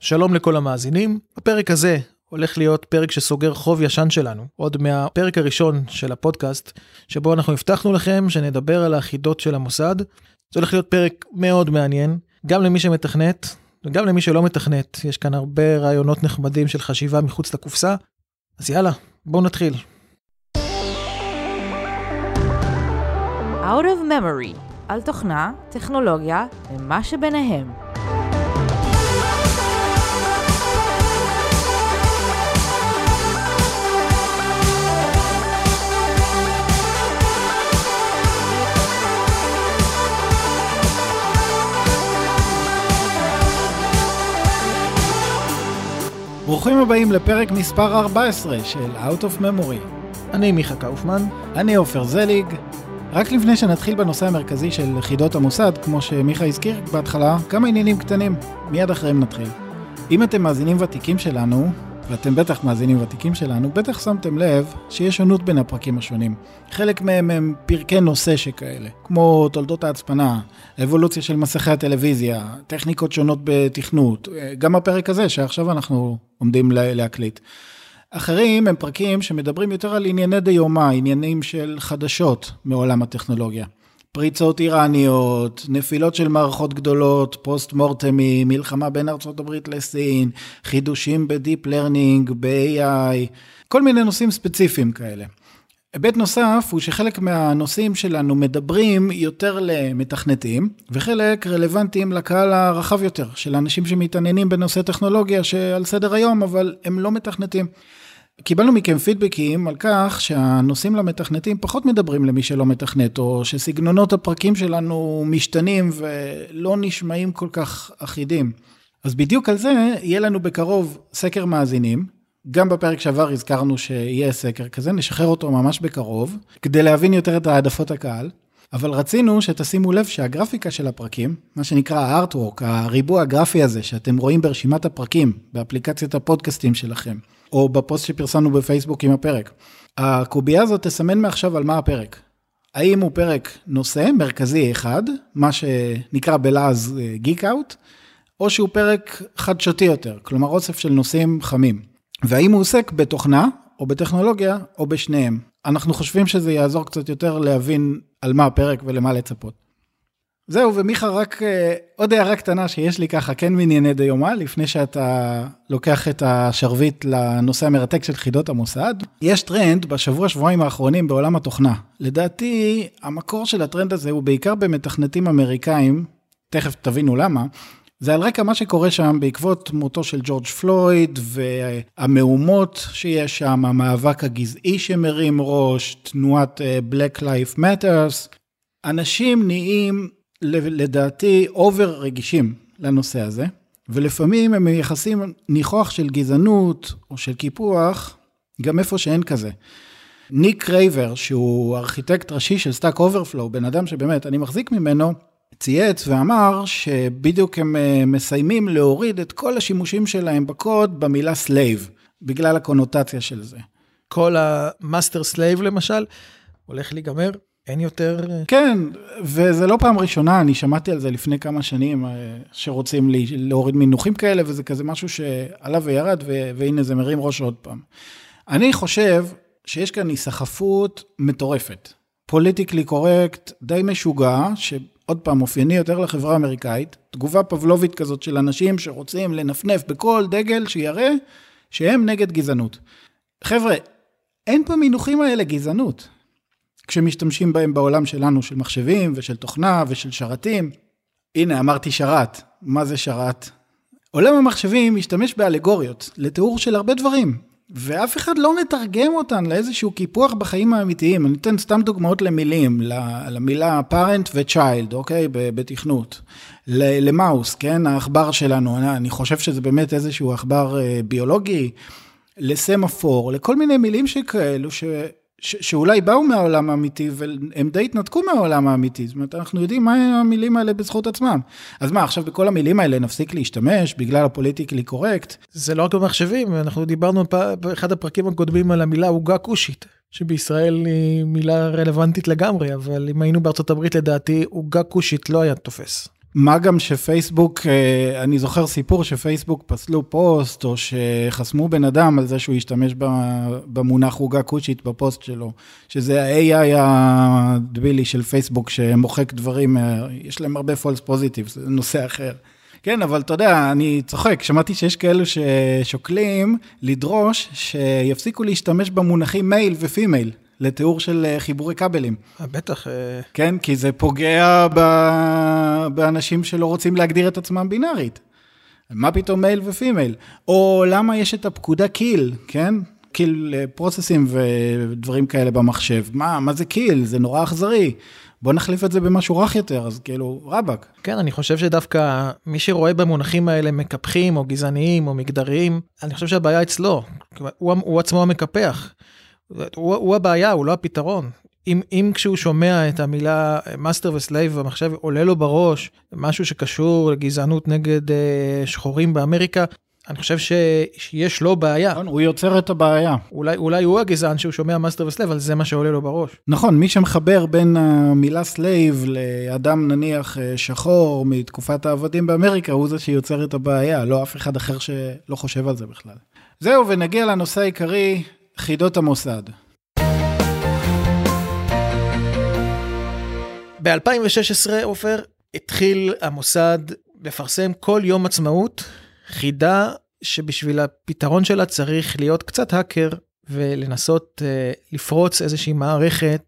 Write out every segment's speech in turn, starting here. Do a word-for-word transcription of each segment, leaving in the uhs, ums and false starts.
שלום לכל המאזינים. בפרק הזה הולך להיות פרק שסוגר חוב ישן שלנו, עוד מהפרק הראשון של הפודקאסט, שבו אנחנו הבטחנו לכם שנדבר על האחידות של המוסד. זה הולך להיות פרק מאוד מעניין, גם למי שמתכנת וגם למי שלא מתכנת. יש כאן הרבה רעיונות נחמדים של חשיבה מחוץ לקופסה. אז יאללה, בואו נתחיל. Out of memory, על תוכנה, טכנולוגיה ומה שביניהם. ברוכים הבאים לפרק מספר ארבע עשרה של Out of Memory. אני מיכה קאופמן. אני עופר זליג. רק לפני שנתחיל בנושא המרכזי של יחידות המוסד, כמו שמיכה הזכיר בהתחלה, כמה עניינים קטנים, מיד אחריהם נתחיל. אם אתם מאזינים ותיקים שלנו, ואתם בטח מאזינים ותיקים שלנו, בטח שמתם לב שיש שונות בין הפרקים השונים. חלק מהם הם פרקי נושא שכאלה, כמו תולדות ההצפנה, אבולוציה של מסכי הטלוויזיה, טכניקות שונות בתכנות, גם הפרק הזה שעכשיו אנחנו עומדים להקליט. אחרים הם פרקים שמדברים יותר על ענייני דיומה, עניינים של חדשות מעולם הטכנולוגיה. פריצות איראניות, נפילות של מערכות גדולות, פוסט מורטמי, מלחמה בין ארצות הברית לסין, חידושים בדיפ לרנינג, ב-איי איי, כל מיני נושאים ספציפיים כאלה. היבט נוסף הוא שחלק מהנושאים שלנו מדברים יותר למתכנתים, וחלק רלוונטיים לקהל הרחב יותר, של אנשים שמתעניינים בנושא טכנולוגיה שעל סדר היום, אבל הם לא מתכנתים. קיבלנו מכם פידבקים על כך שהנושאים למתכנתים פחות מדברים למי שלא מתכנת, או שסגנונות הפרקים שלנו משתנים ולא נשמעים כל כך אחידים. אז בדיוק על זה יהיה לנו בקרוב סקר מאזינים, גם בפרק שעבר הזכרנו שיהיה סקר כזה, נשחרר אותו ממש בקרוב, כדי להבין יותר את העדפות הקהל, אבל רצינו שתשימו לב שהגרפיקה של הפרקים, מה שנקרא הארטוורק, הריבוע הגרפי הזה שאתם רואים ברשימת הפרקים, באפליקציית הפודקאסטים שלכם, או בפוסט שפרסמנו בפייסבוק עם הפרק. הקובייה הזאת תסמן מעכשיו על מה הפרק. האם הוא פרק נושא מרכזי אחד, מה שנקרא בלעז גיק אאוט, או שהוא פרק חדשותי יותר, כלומר אוסף של נושאים חמים. והאם הוא עוסק בתוכנה, או בטכנולוגיה, או בשניהם. אנחנו חושבים שזה יעזור קצת יותר להבין על מה הפרק ולמה לצפות. זהו, ומיכה, רק עוד הערה קטנה שיש לי ככה, כן מענייני דיומה, לפני שאתה לוקח את השרביט לנושא המרתק של יחידות המוסד. יש טרנד בשבוע שבועיים האחרונים בעולם התוכנה. לדעתי, המקור של הטרנד הזה הוא בעיקר במתכנתים אמריקאים, תכף תבינו למה, זה על רקע מה שקורה שם בעקבות מותו של ג'ורג' פלויד, והמהומות שיש שם, המאבק הגזעי שמרים ראש, תנועת Black Lives Matters. אנשים נהיים, לדעתי, אובר רגישים לנושא הזה, ולפעמים הם מייחסים ניחוח של גזענות או של קיפוח, גם איפה שאין כזה. ניק קרייבר, שהוא ארכיטקט ראשי של סטאק אוברפלואו, בן אדם שבאמת אני מחזיק ממנו, צייץ ואמר שבדיוק הם מסיימים להוריד את כל השימושים שלהם בקוד במילה סלייב, בגלל הקונוטציה של זה. כל המאסטר סלייב למשל, הולך להיגמר, אין יותר... כן, וזה לא פעם ראשונה, אני שמעתי על זה לפני כמה שנים, שרוצים להוריד מינוחים כאלה, וזה כזה משהו שעלה וירד, והנה זה מרים ראש עוד פעם. אני חושב שיש כאן היסחפות מטורפת, פוליטיקלי קורקט, די משוגע, ש... עוד פעם, אופייני יותר לחברה האמריקאית, תגובה פבלובית כזאת של אנשים שרוצים לנפנף בכל דגל שיראה שהם נגד גזענות. חבר'ה, אין פה מינוחים האלה גזענות. כשמשתמשים בהם בעולם שלנו, של מחשבים ושל תוכנה ושל שרתים, הנה אמרתי שרת, מה זה שרת? עולם המחשבים משתמש באלגוריות, לתיאור של הרבה דברים, ואף אחד לא מתרגם אותן לאיזשהו קיפוח בחיים האמיתיים. אני אתן סתם דוגמאות למילים, למילה parent ו-child, אוקיי, בתכנות. למאוס, כן, האחבר שלנו, אני חושב שזה באמת איזשהו אחבר ביולוגי, לסמפור, לכל מיני מילים שכאלו, ש... ש- שאולי באו מהעולם האמיתי, והם די התנתקו מהעולם האמיתי, זאת אומרת, אנחנו יודעים מה המילים האלה בזכות עצמם. אז מה, עכשיו בכל המילים האלה נפסיק להשתמש, בגלל הפוליטיקלי קורקט? זה לא רק במחשבים, אנחנו דיברנו באחד הפרקים הקודמים על המילה עוגה כושית, שבישראל היא מילה רלוונטית לגמרי, אבל אם היינו בארצות הברית לדעתי, עוגה כושית לא היה תופס. מה גם שפייסבוק, אני זוכר סיפור שפייסבוק פסלו פוסט, או שחסמו בן אדם על זה שהוא ישתמש במונח עוגה קושית בפוסט שלו, שזה ה-איי איי הדבילי של פייסבוק שמוחק דברים, יש להם הרבה false positives, זה נושא אחר. כן, אבל אתה יודע, אני צוחק, שמעתי שיש כאלו ששוקלים לדרוש שיפסיקו להשתמש במונחים מייל ופימייל, לתיאור של חיבורי כבלים. בטח. כן, כי זה פוגע באנשים שלא רוצים להגדיר את עצמם בינארית. מה פתאום מייל ופימייל? או למה יש את הפקודה קיל, כן? קיל פרוססים ודברים כאלה במחשב. מה, מה זה קיל? זה נורא אכזרי. בוא נחליף את זה במשהו רך יותר, אז כאילו, רבק. כן, אני חושב שדווקא מי שרואה במונחים האלה מקפחים או גזעניים או מגדריים, אני חושב שהבעיה אצלו. הוא, הוא עצמו המקפח. הוא, הוא הבעיה, הוא לא הפתרון. אם, אם כשהוא שומע את המילה מאסטר וסלייב במחשב, עולה לו בראש משהו שקשור לגזענות נגד אה, שחורים באמריקה, אני חושב שיש לו בעיה. נכון, הוא יוצר את הבעיה. אולי, אולי הוא הגזען שהוא שומע מאסטר וסלייב, אבל זה מה שעולה לו בראש. נכון, מי שמחבר בין המילה סלייב לאדם נניח שחור מתקופת העבדים באמריקה, הוא זה שיוצר את הבעיה, לא אף אחד אחר שלא חושב על זה בכלל. זהו, ונגיע לנושא העיקרי, חידות המוסד. ב-אלפיים ושש עשרה, עופר, התחיל המוסד לפרסם כל יום עצמאות, חידה שבשביל הפתרון שלה צריך להיות קצת האקר, ולנסות uh, לפרוץ איזושהי מערכת,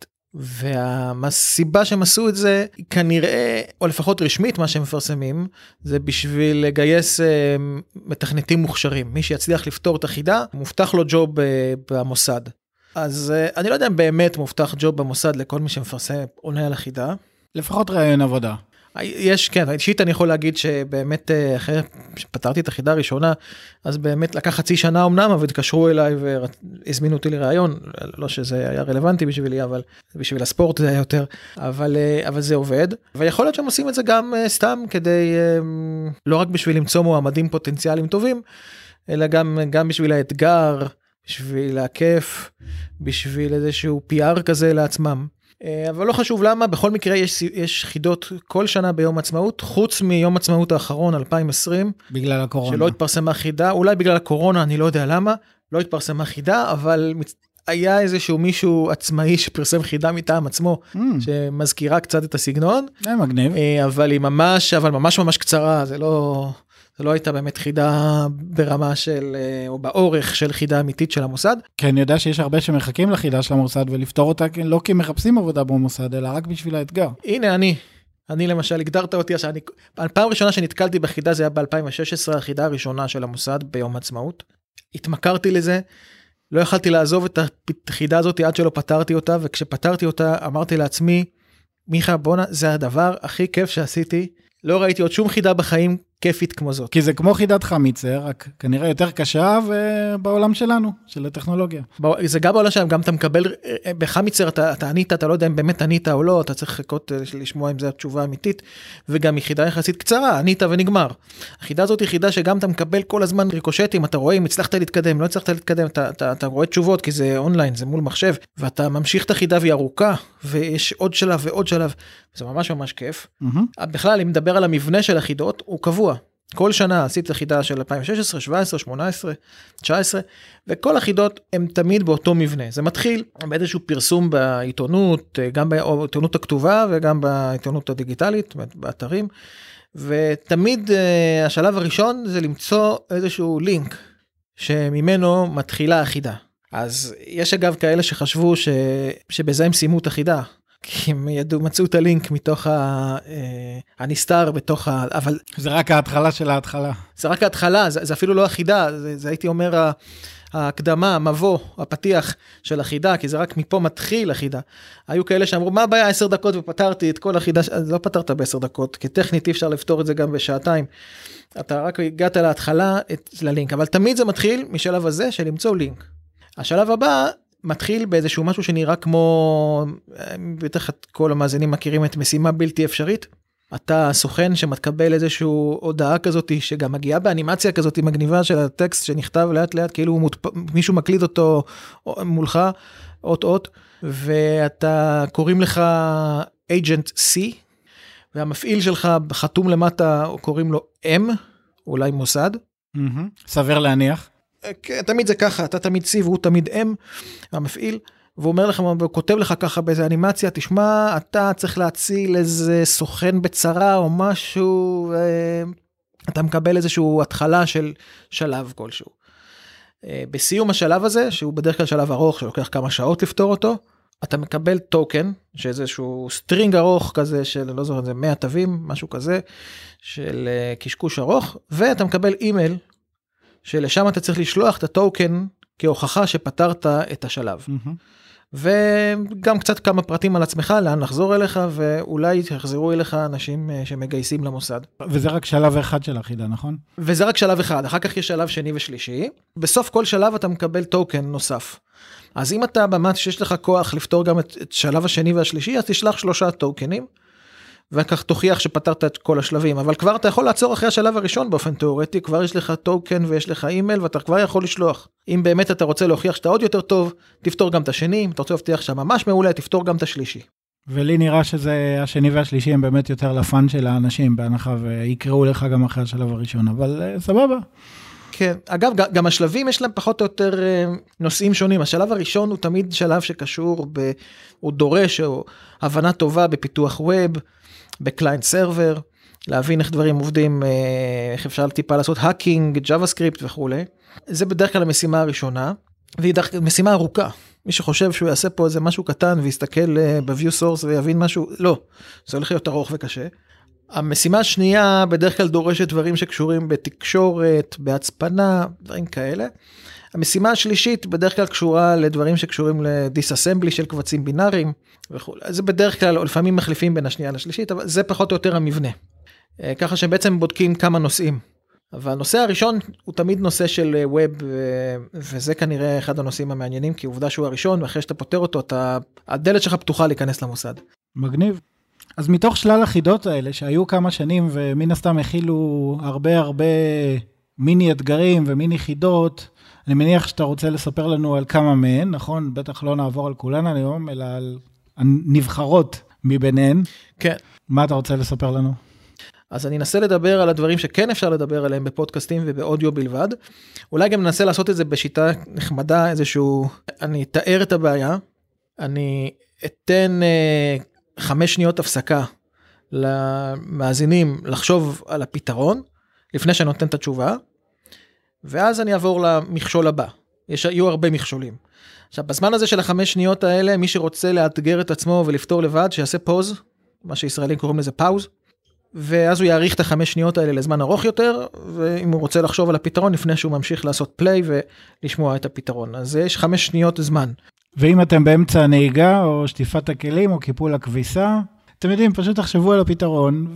והסיבה שהם עשו את זה, כנראה, או לפחות רשמית מה שהם מפרסמים, זה בשביל לגייס uh, מתכנתים מוכשרים. מי שיצליח לפתור את החידה, מובטח לו ג'וב uh, במוסד. אז uh, אני לא יודע אם באמת מובטח ג'וב במוסד לכל מי שמפרסם עונה על החידה. לפחות רעיון עבודה. יש, כן, אישית אני יכול להגיד שבאמת אחרי שפתרתי את החידה הראשונה, אז באמת לקח חצי שנה אמנם, אבל התקשרו אליי והזמינו אותי לרעיון, לא שזה היה רלוונטי בשבילי, אבל בשביל הספורט זה היה יותר, אבל, אבל זה עובד, ויכול להיות שהם עושים את זה גם סתם כדי, לא רק בשביל למצוא מועמדים פוטנציאליים טובים, אלא גם, גם בשביל האתגר, בשביל הכיף, בשביל איזשהו פי אר כזה לעצמם. אבל לא חשוב למה, בכל מקרה יש, יש חידות כל שנה ביום עצמאות, חוץ מיום עצמאות האחרון, אלפיים ועשרים. בגלל הקורונה. שלא התפרסמה חידה, אולי בגלל הקורונה, אני לא יודע למה, לא התפרסמה חידה, אבל היה איזשהו מישהו עצמאי שפרסם חידה מטעם עצמו, mm. שמזכירה קצת את הסגנון. זה מגניב. אבל היא ממש, אבל ממש ממש קצרה, זה לא... זה לא הייתה באמת חידה ברמה של, או באורך של חידה אמיתית של המוסד. כן, אני יודע שיש הרבה שמחכים לחידה של המוסד, ולפתור אותה לא כי מחפשים עבודה במוסד, אלא רק בשביל האתגר. הנה, אני, אני למשל, הגדרת אותי, שאני, הפעם הראשונה שנתקלתי בחידה, זה היה ב-אלפיים ושש עשרה, החידה הראשונה של המוסד ביום עצמאות. התמכרתי לזה, לא יכלתי לעזוב את החידה הזאת עד שלא פתרתי אותה, וכשפתרתי אותה, אמרתי לעצמי, מיכה, בונה, זה הדבר הכי כיף שעשיתי, לא ראיתי עוד שום חידה בחיים כיפית כמו זאת. כי זה כמו חידת חמיצר, רק כנראה יותר קשה בעולם שלנו, של הטכנולוגיה. זה גם בעולם שלנו, גם אתה מקבל, בחמיצר אתה, אתה ענית, אתה לא יודע אם באמת ענית או לא, אתה צריך לחכות לשמוע אם זו התשובה האמיתית, וגם היא חידה יחסית קצרה, ענית ונגמר. החידה הזאת היא חידה שגם אתה מקבל כל הזמן ריקושטים, אתה רואה אם הצלחת להתקדם, לא הצלחת להתקדם, אתה, אתה, אתה רואה תשובות, כי זה אונליין, זה מול מחשב, ואתה ממשיך את החידה והיא ארוכה, ויש עוד שלב ועוד שלב, זה ממש ממש כיף. Mm-hmm. בכלל, אם מדבר על המבנה של החידות, הוא קבוע. כל שנה עשית החידה של אלפיים ושש עשרה, שבע עשרה, שמונה עשרה, תשע עשרה, וכל החידות הן תמיד באותו מבנה. זה מתחיל באיזשהו פרסום בעיתונות, גם בעיתונות הכתובה וגם בעיתונות הדיגיטלית, באתרים, ותמיד השלב הראשון זה למצוא איזשהו לינק שממנו מתחילה החידה. אז יש אגב כאלה שחשבו ש... שבזה הם סיימו את החידה. כי הם ידעו, מצאו את הלינק מתוך הנסתר, בתוך ה... אבל... זה רק ההתחלה של ההתחלה. זה רק ההתחלה, זה, זה אפילו לא החידה, זה, זה הייתי אומר ההקדמה, המבוא, הפתיח של החידה, כי זה רק מפה מתחיל החידה. היו כאלה שאמרו, מה הבעיה, עשר דקות ופתרתי את כל החידה, לא פתרת בעשר דקות, כי טכנית אי אפשר לפתור את זה גם בשעתיים. אתה רק הגעת להתחלה את, ללינק, אבל תמיד זה מתחיל משלב הזה של למצוא לינק. השלב הבא, מתחיל באיזשהו משהו שנראה כמו, בטח כל המאזינים מכירים את משימה בלתי אפשרית, אתה סוכן שמתקבל איזשהו הודעה כזאת, שגם מגיעה באנימציה כזאת מגניבה של הטקסט שנכתב לאט לאט, כאילו מודפ... מישהו מקליד אותו מולך, אות אות, ואתה קוראים לך agent C, והמפעיל שלך חתום למטה, קוראים לו M, אולי מוסד. סביר להניח. תמיד זה ככה, אתה תמיד C והוא תמיד M, המפעיל, והוא אומר לך, הוא כותב לך ככה באיזה אנימציה, תשמע, אתה צריך להציל איזה סוכן בצרה או משהו, אתה מקבל איזשהו התחלה של שלב כלשהו. בסיום השלב הזה, שהוא בדרך כלל שלב ארוך, שלוקח כמה שעות לפתור אותו, אתה מקבל טוקן, שאיזשהו סטרינג ארוך כזה, של לא זוכר, זה מאה תווים, משהו כזה, של קשקוש ארוך, ואתה מקבל אימייל, שלשם אתה צריך לשלוח את הטוקן, כהוכחה שפתרת את השלב. Mm-hmm. וגם קצת כמה פרטים על עצמך, לאן לחזור אליך, ואולי יחזרו אליך אנשים שמגייסים למוסד. וזה רק שלב אחד של החידה, נכון? וזה רק שלב אחד, אחר כך יש שלב שני ושלישי, בסוף כל שלב אתה מקבל טוקן נוסף. אז אם אתה באמת שיש לך כוח לפתור גם את, את שלב השני והשלישי, אז תשלח שלושה טוקנים, וכך תוכיח שפתרת את כל השלבים, אבל כבר אתה יכול לעצור אחרי השלב הראשון באופן תיאורטי, כבר יש לך טוקן ויש לך אימייל, ואתה כבר יכול לשלוח. אם באמת אתה רוצה להוכיח שאתה עוד יותר טוב, תפתור גם את השני, אם אתה רוצה להבטיח שממש מעולה, תפתור גם את השלישי. ולי נראה שזה השני והשלישי הם באמת יותר לפן של האנשים, בהנחה ויקראו לך גם אחרי השלב הראשון, אבל סבבה. כן, אגב, גם השלבים יש להם פחות או יותר נושאים שונים. השלב הראשון הוא תמיד שלב שקשור, ב, הוא דורש או הבנה טובה בפיתוח ווב, בקליינט סרבר, להבין איך דברים עובדים, איך אפשר טיפה לעשות האקינג, ג'אווה סקריפט וכו'. זה בדרך כלל המשימה הראשונה, והיא דרך כלל משימה ארוכה. מי שחושב שהוא יעשה פה איזה משהו קטן, ויסתכל ב-view source ויבין משהו, לא, זה הולך להיות ארוך וקשה. המשימה השנייה בדרך כלל דורשת דברים שקשורים בתקשורת, בהצפנה, דברים כאלה. המשימה השלישית בדרך כלל קשורה לדברים שקשורים לדיסאסמבלי של קבצים בינאריים וכו'. זה בדרך כלל, לפעמים מחליפים בין השנייה לשלישית, אבל זה פחות או יותר המבנה. ככה שבעצם בודקים כמה נושאים. אבל הנושא הראשון הוא תמיד נושא של ווב, וזה כנראה אחד הנושאים המעניינים, כי עובדה שהוא הראשון, ואחרי שאתה פותר אותו, אתה, הדלת שלך פתוחה להיכנס למוסד. מגניב. אז מתוך שלל החידות האלה, שהיו כמה שנים, ומן הסתם הכילו הרבה הרבה מיני אתגרים ומיני חידות, אני מניח שאתה רוצה לספר לנו על כמה מהן, נכון? בטח לא נעבור על כולן היום, אלא על הנבחרות מביניהן. כן. מה אתה רוצה לספר לנו? אז אני אנסה לדבר על הדברים שכן אפשר לדבר עליהם בפודקאסטים ובאודיו בלבד. אולי גם ננסה לעשות את זה בשיטה נחמדה, איזשהו, אני אתאר את הבעיה, אני אתן אה, חמש שניות הפסקה למאזינים לחשוב על הפתרון, לפני שאני נותן את התשובה, ואז אני אעבור למכשול הבא. יש, יהיו הרבה מכשולים. עכשיו, בזמן הזה של החמש שניות האלה, מי שרוצה לאתגר את עצמו ולפתור לבד, שיעשה פוז, מה שישראלים קוראים לזה פאוז, ואז הוא יאריך את החמש שניות האלה לזמן ארוך יותר, ואם הוא רוצה לחשוב על הפתרון, לפני שהוא ממשיך לעשות פליי ולשמוע את הפתרון. אז יש חמש שניות זמן. ואם אתם באמצע הנהיגה, או שטיפת הכלים, או קיפול הכביסה, אתם יודעים, פשוט תחשבו על הפתרון,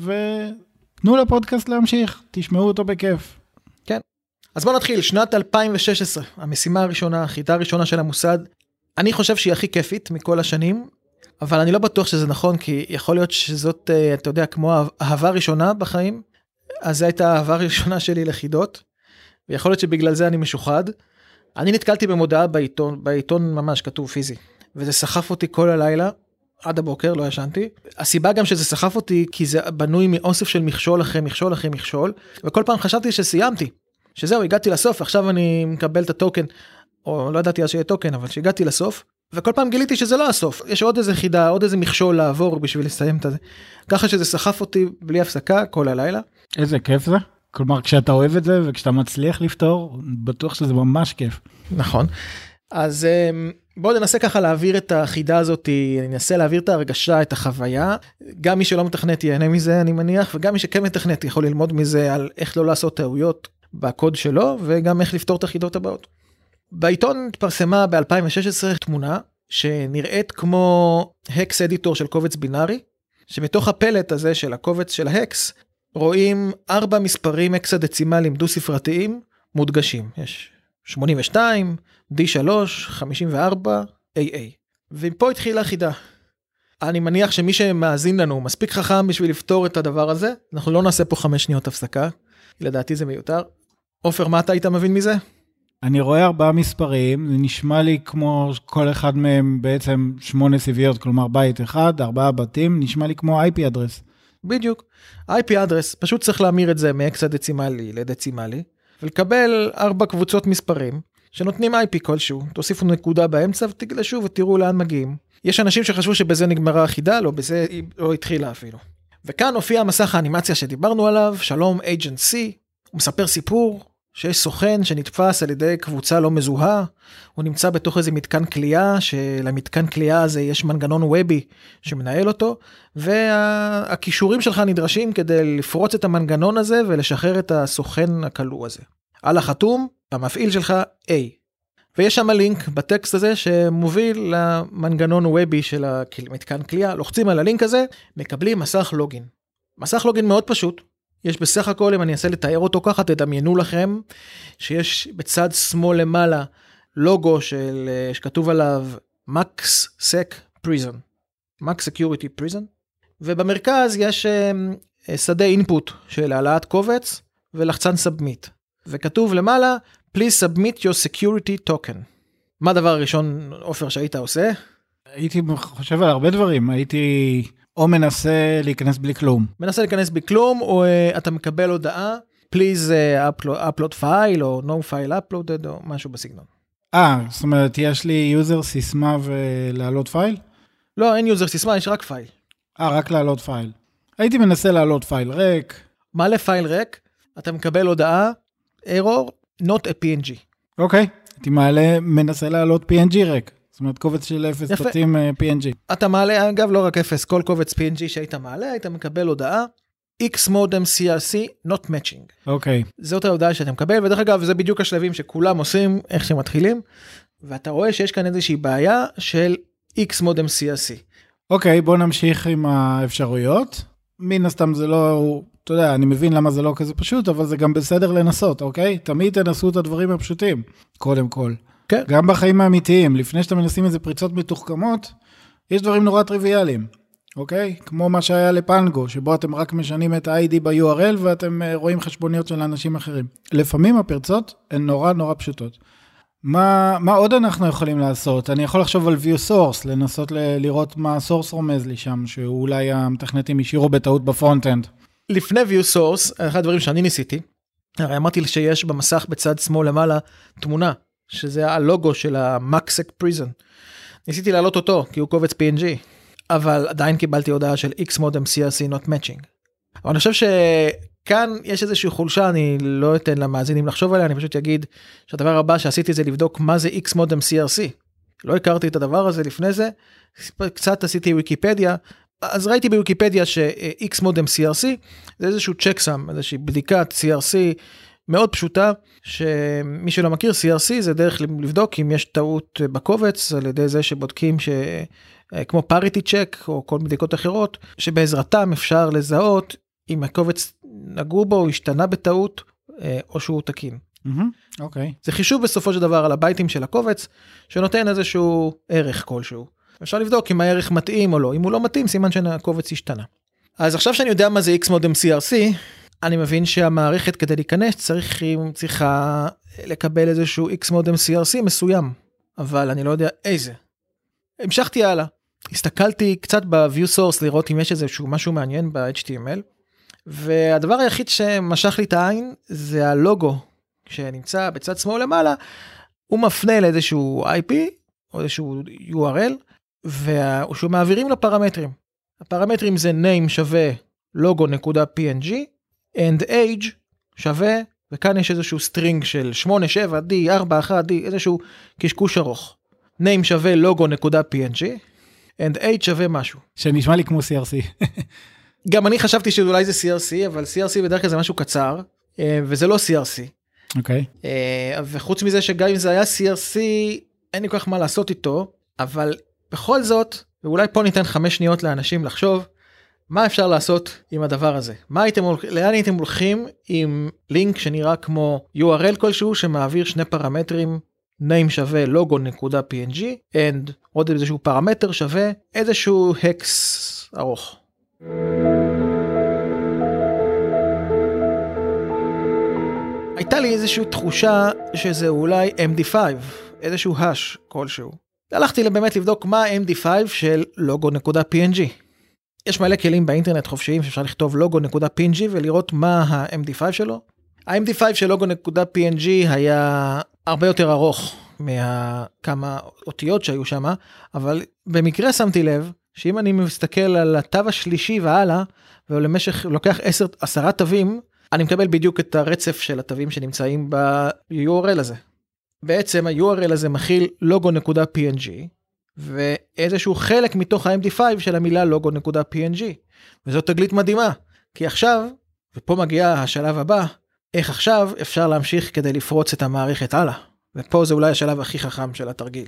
ותנו לפודקאסט להמשיך, תשמעו אותו בכיף. כן. אז בואו נתחיל, שנת אלפיים ושש עשרה, המשימה הראשונה, החידה הראשונה של המוסד, אני חושב שהיא הכי כיפית מכל השנים, אבל אני לא בטוח שזה נכון, כי יכול להיות שזאת, אתה יודע, כמו אהבה ראשונה בחיים, אז זו הייתה האהבה הראשונה שלי לחידות, ויכול להיות שבגלל זה אני משוחד. אני נתקלתי במודעה בעיתון, בעיתון ממש כתוב פיזי, וזה סחף אותי כל הלילה, עד הבוקר, לא ישנתי. הסיבה גם שזה סחף אותי, כי זה בנוי מאוסף של מכשול אחרי מכשול אחרי מכשול, וכל פעם חשבתי שסיימתי, שזהו, הגעתי לסוף, עכשיו אני מקבל את הטוקן, או לא ידעתי אז שיהיה טוקן, אבל שהגעתי לסוף, וכל פעם גיליתי שזה לא הסוף, יש עוד איזה חידה, עוד איזה מכשול לעבור בשביל לסיים את זה, ככה שזה סחף אותי בלי הפסקה כל הלילה. איזה כיף זה, כלומר כשאתה אוהב את זה וכשאתה מצליח לפתור, בטוח שזה ממש כיף. נכון, אז בואו ננסה ככה להעביר את החידה הזאת, ננסה להעביר את ההרגשה, את החוויה, גם מי שלא מתכנת ייהנה מזה אני מניח, וגם מי שכן מתכנת יכול ללמוד מזה על איך לא לעשות טעויות בקוד שלו, וגם איך לפתור את החידות הבאות. בעיתון התפרסמה ב-אלפיים ושש עשרה תמונה שנראית כמו הקס אדיטור של קובץ בינארי, שבתוך הפלט הזה של הקובץ של ההקס, רואים ארבע מספרים הקסדצימליים דו ספרתיים מודגשים. יש שמונים ושתיים, די שלוש, חמישים וארבע, איי איי. ופה התחילה החידה. אני מניח שמי שמאזין לנו מספיק חכם בשביל לפתור את הדבר הזה, אנחנו לא נעשה פה חמש שניות הפסקה, לדעתי זה מיותר. עופר, מה אתה היית מבין מזה? אני רואה ארבעה מספרים, זה נשמע לי כמו כל אחד מהם בעצם שמונה סיביות, כלומר בית אחד, ארבעה בתים, נשמע לי כמו איי פי אדרס. בדיוק. איי פי address, פשוט צריך להמיר את זה מהקסדצימלי לדצימלי, ולקבל ארבע קבוצות מספרים, שנותנים איי פי כלשהו, תוסיפו נקודה באמצע ותגלשו ותראו לאן מגיעים. יש אנשים שחשבו שבזה נגמרה החידה, לא, בזה היא לא התחילה אפילו. וכאן הופיע מסך האנימציה שדיברנו עליו, שלום אייג'נט סי, הוא מספר סיפור, שיש סוכן שנתפס על ידי קבוצה לא מזוהה, הוא נמצא בתוך איזה מתקן כלייה, שלמתקן כלייה הזה יש מנגנון וובי שמנהל אותו, והכישורים שלך נדרשים כדי לפרוץ את המנגנון הזה ולשחרר את הסוכן הכלוא הזה. על החתום, המפעיל שלך A. ויש שם לינק בטקסט הזה שמוביל למנגנון וובי של המתקן כלייה, לוחצים על הלינק הזה, מקבלים מסך לוגין. מסך לוגין מאוד פשוט, יש בסך הכל, אם אני אנסה לתאר אותו ככה, תדמיינו לכם, שיש בצד שמאל למעלה לוגו של, שכתוב עליו Max Sec Prison, Max Security Prison, ובמרכז יש שדה אינפוט של העלאת קובץ, ולחצן Submit, וכתוב למעלה, Please submit your security token. מה הדבר הראשון, אופר, שהיית עושה? הייתי חושב על הרבה דברים, הייתי או מנסה להיכנס בלי כלום. מנסה להיכנס בלי כלום, או uh, אתה מקבל הודעה, please uh, upload, upload file, או no file uploaded, או משהו בסגנון. אה, זאת אומרת, יש לי יוזר סיסמה ולהעלות פייל? לא, אין יוזר סיסמה, יש רק פייל. אה, רק להעלות פייל. הייתי מנסה להעלות פייל ריק. מעלה פייל ריק, אתה מקבל הודעה, error, not a פי אן ג'י. אוקיי, הייתי מעלה, מנסה להעלות פי אן ג'י ריק. זאת אומרת, קובץ של אפס תוצאים פי אן ג'י. אתה מעלה, אגב, לא רק אפס, כל קובץ פי אן ג'י שהיית מעלה, היית מקבל הודעה, Xmodem סי אר סי not matching. אוקיי. זאת ההודעה שאתה מקבל, ודרך אגב, זה בדיוק השלבים שכולם עושים, איך שהם מתחילים, ואתה רואה שיש כאן איזושהי בעיה של Xmodem סי אר סי. אוקיי, בוא נמשיך עם האפשרויות. מן הסתם זה לא, אתה יודע, אני מבין למה זה לא כזה פשוט, אבל זה גם בסדר לנסות, אוקיי? תמיד תנסו את הדברים הפשוטים, קודם כל. כן. גם בחיים האמיתיים, לפני שאתם מנסים איזה פריצות מתוחכמות, יש דברים נורא טריוויאליים, אוקיי? כמו מה שהיה לפנגו, שבו אתם רק משנים את ה-איי די ב-יו אר אל, ואתם רואים חשבוניות של אנשים אחרים. לפעמים הפרצות הן נורא נורא פשוטות. מה, מה עוד אנחנו יכולים לעשות? אני יכול לחשוב על view source, לנסות ל- לראות מה source רומז לי שם, שאולי המתכנתים השאירו בטעות בפרונט-אנד. לפני view source, אחד הדברים שאני ניסיתי, הרי אמרתי שיש במסך בצד שמאל למעלה תמונה, שזה הלוגו של ה-Maxec Prison. ניסיתי להעלות אותו, כי הוא קובץ פי אן ג'י, אבל עדיין קיבלתי הודעה של Xmodem סי אר סי not matching. אבל אני חושב שכאן יש איזושהי חולשה, אני לא אתן למאזינים לחשוב עליה, אני פשוט אגיד שהדבר הבא שעשיתי זה לבדוק מה זה Xmodem סי אר סי. לא הכרתי את הדבר הזה לפני זה, קצת עשיתי ויקיפדיה, אז ראיתי בוויקיפדיה ש-Xmodem סי אר סי זה איזשהו צ'קסם, איזושהי בדיקת סי אר סי מאוד פשוטה, שמי שלא מכיר סי אר סי זה דרך לבדוק אם יש טעות בקובץ, על ידי זה שבודקים ש... כמו parity check או כל בדיקות אחרות, שבעזרתם אפשר לזהות אם הקובץ נגעו בו או השתנה בטעות, או שהוא תקין. אוקיי. זה חישוב בסופו של דבר על הבייטים של הקובץ, שנותן איזשהו ערך כלשהו. אפשר לבדוק אם הערך מתאים או לא. אם הוא לא מתאים, סימן שהקובץ השתנה. אז עכשיו שאני יודע מה זה Xmodem סי אר סי, אני מבין שהמערכת כדי להיכנס צריך, צריכה לקבל איזשהו Xmodem סי אר סי מסוים, אבל אני לא יודע איזה. המשכתי הלאה. הסתכלתי קצת ב-view source לראות אם יש איזשהו משהו מעניין ב-אייץ' טי אם אל, והדבר היחיד שמשך לי את העין זה הלוגו שנמצא בצד שמאל למעלה, הוא מפנה לאיזשהו איי פי או איזשהו יו אר אל, ושהוא מעבירים לפרמטרים. הפרמטרים זה name שווה logo.png, and age שווה, וכאן יש איזשהו סטרינג של שמונה שבע די ארבע אחת די, איזשהו קשקוש ארוך. name שווה logo.png, and age שווה משהו. שנשמע לי כמו סי אר סי. גם אני חשבתי שאולי זה סי אר סי, אבל סי אר סי בדרך כלל זה משהו קצר, וזה לא סי אר סי. אוקיי. וחוץ מזה שגם אם זה היה סי אר סי, אין לי כל כך מה לעשות איתו, אבל בכל זאת, ואולי פה ניתן חמש שניות לאנשים לחשוב, מה אפשר לעשות עם הדבר הזה? מה הייתם, לאן הייתם הולכים עם לינק שנראה כמו יו אר אל כלשהו, שמעביר שני פרמטרים, name שווה logo.png, and עוד איזשהו פרמטר שווה איזשהו הקס ארוך. הייתה לי איזושהי תחושה שזה אולי אם די פייב, איזשהו hash כלשהו. הלכתי באמת לבדוק מה אם די פייב של logo.png. יש מלא כלים באינטרנט חופשיים שאפשר לכתוב logo.png ולראות מה ה-אם די פייב שלו. ה-אם די פייב של logo.png היה הרבה יותר ארוך מכמה אותיות שהיו שם, אבל במקרה שמתי לב שאם אני מסתכל על התו השלישי והלאה, ולמשך לוקח עשר, עשרה תווים, אני מקבל בדיוק את הרצף של התווים שנמצאים ב-יו אר אל הזה. בעצם ה-יו אר אל הזה מכיל logo.png, ואיזשהו חלק מתוך ה-אם די פייב של המילה logo.png. וזאת תגלית מדהימה, כי עכשיו, ופה מגיע השלב הבא, איך עכשיו אפשר להמשיך כדי לפרוץ את המערכת הלאה. ופה זה אולי השלב הכי חכם של התרגיל.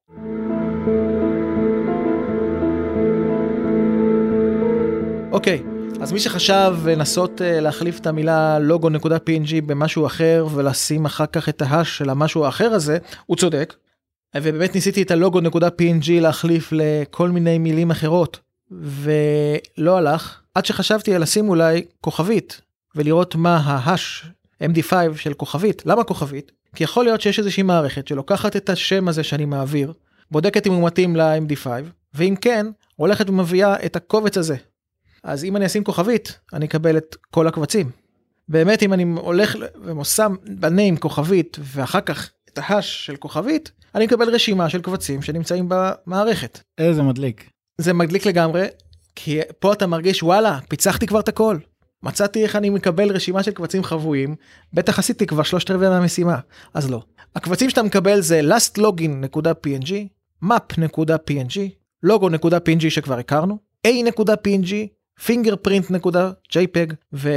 אוקיי, אז מי שחשב לנסות להחליף את המילה logo.png במשהו אחר, ולשים אחר כך את ההש של המשהו האחר הזה, הוא צודק. ובאמת ניסיתי את ה-logo.png להחליף לכל מיני מילים אחרות, ולא הלך, עד שחשבתי לשים אולי כוכבית, ולראות מה ההש, אם די פייב של כוכבית. למה כוכבית? כי יכול להיות שיש איזושהי מערכת שלוקחת את השם הזה שאני מעביר, בודקת אם הוא מתאים ל-אם די פייב, ואם כן, הולכת ומביאה את הקובץ הזה. אז אם אני אשים כוכבית, אני אקבל את כל הקבצים. באמת, אם אני הולך ומושם בניים כוכבית, ואחר כך את ההש של כוכבית, אני אקבל רשימה של קבצים שנמצאים במערכת. איזה מדליק. זה מדליק לגמרי, כי פה אתה מרגיש, וואלה, פיצחתי כבר את הכל. מצאתי איך אני מקבל רשימה של קבצים חבויים, בטח עשיתי כבר שלושת רבעי מהמשימה, אז לא. הקבצים שאתה מקבל זהlastlogin.png, map.png, logo.png שכבר הכרנו, a.png, fingerprint.jpg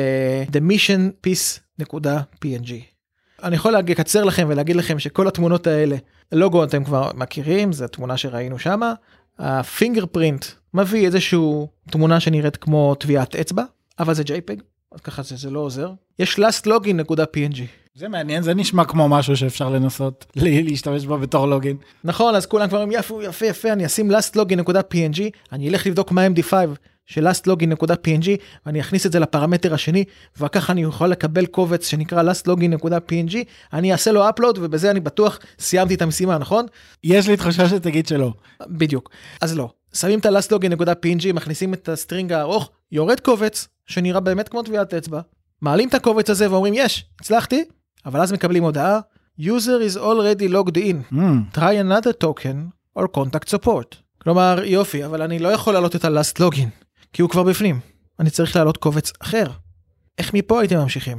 ו-themissionpiece.png. אני יכול לקצר לכם ולהגיד לכם שכל התמונות האלה, לוגו אתם כבר מכירים, זו התמונה שראינו שם, הפינגרפרינט מביא איזשהו תמונה שנראית כמו טביעת אצבע, אבל זה JPEG, אז ככה זה, זה לא עוזר. יש lastlogin.png. זה מעניין, זה נשמע כמו משהו שאפשר לנסות להשתמש בו בתור לוגין. נכון, אז כולם כבר אומרים, יפה, יפה, יפה, אני אשים lastlogin.png, אני אלך לבדוק מה אם די פייב של lastlogin.png, ואני אכניס את זה לפרמטר השני, וככה אני יכול לקבל קובץ שנקרא lastlogin.png, אני אעשה לו upload, ובזה אני בטוח סיימתי את המשימה, נכון? יש לי תחושה שתגיד שלא. בדיוק, אז לא. שמים את ה-lastlogin.png, מכניסים את הסטרינג הארוך, יורד קובץ, שנראה באמת כמו טביעת אצבע, מעלים את הקובץ הזה ואומרים, יש, הצלחתי, אבל אז מקבלים הודעה, user is already logged in, mm. try another token or contact support. כלומר, יופי, אבל אני לא יכול להעלות את ה-last login, כי הוא כבר בפנים. אני צריך להעלות קובץ אחר. איך מפה הייתם ממשיכים?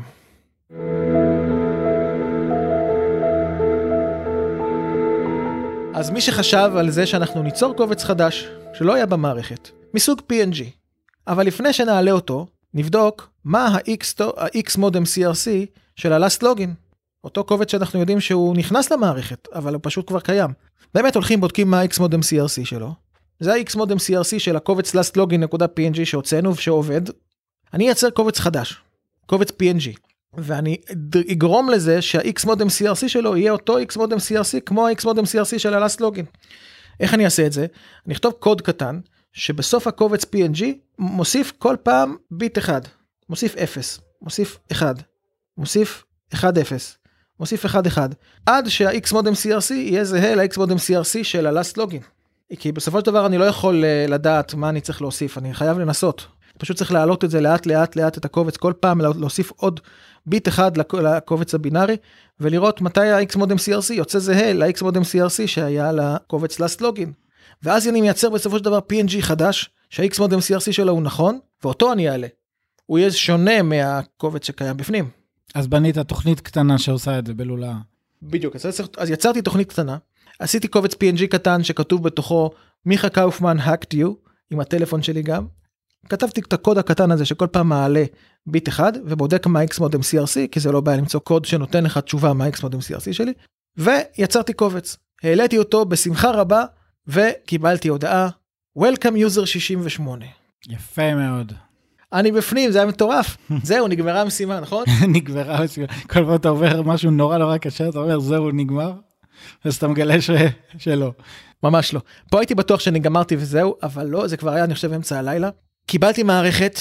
אז מי שחשב על זה שאנחנו ניצור קובץ חדש, שלא היה במערכת, מסוג פי אן ג'י, אבל לפני שנעלה אותו, נבדוק מה ה-Xmodem סי אר סי של ה-last login. אותו קובץ שאנחנו יודעים שהוא נכנס למערכת, אבל הוא פשוט כבר קיים. באמת הולכים בודקים מה ה-Xmodem סי אר סי שלו. זה ה-Xmodem סי אר סי של הקובץ lastlogin.png שהוצאנו ושעובד. אני אייצר קובץ חדש, קובץ פי אן ג'י, ואני אגרום לזה שה-Xmodem סי אר סי שלו יהיה אותו Xmodem סי אר סי כמו ה-Xmodem סי אר סי של ה-last login. איך אני אעשה את זה? אני אכתוב קוד קטן, שבסוף הקובץ פי אן ג'י מוסיף כל פעם ביט אחד, מוסיף אפס, מוסיף אחד, מוסיף אחד אפס, מוסיף אחד אחד, עד שה-Xmodem סי אר סי יהיה זהה ל-Xmodem סי אר סי של ה-last login. כי בסופו של דבר אני לא יכול לדעת מה אני צריך להוסיף, אני חייב לנסות. פשוט צריך להעלות את זה לאט לאט לאט את הקובץ, כל פעם להוסיף עוד ביט אחד לקובץ הבינארי, ולראות מתי ה-Xmodem סי אר סי יוצא זהה ל-Xmodem סי אר סי שהיה לקובץ last login. ואז אני מייצר בסופו של דבר פי אן ג'י חדש, שה-Xmodem סי אר סי שלו הוא נכון, ואותו אני אעלה. הוא יהיה שונה מהקובץ שקיים בפנים. אז בנית תוכנית קטנה שעושה את זה בלולה. בדיוק, אז יצרתי תוכנית קטנה, עשיתי קובץ פי אן ג'י קטן שכתוב בתוכו מיכה קאופמן hacked you, עם הטלפון שלי גם. כתבתי את הקוד הקטן הזה שכל פעם מעלה ביט אחד, ובודק מה Xmodem סי אר סי, כי זה לא בעיה למצוא קוד שנותן לך תשובה מה Xmodem סי אר סי שלי, ויצרתי קובץ. העליתי אותו בשמחה רבה, וקיבלתי הודעה, Welcome user שישים ושמונה. יפה מאוד. אני בפנים, זה היה מטורף. זהו, נגמרה המשימה, נכון? נגמרה המשימה. כל פעם אתה עובר משהו נורא נורא קשה, אתה אומר, זהו, נגמר, אז אתה מגלה ש... שלא. ממש לא. פה הייתי בטוח שאני גמרתי וזהו, אבל לא, זה כבר היה, אני חושב, אמצע הלילה. קיבלתי מערכת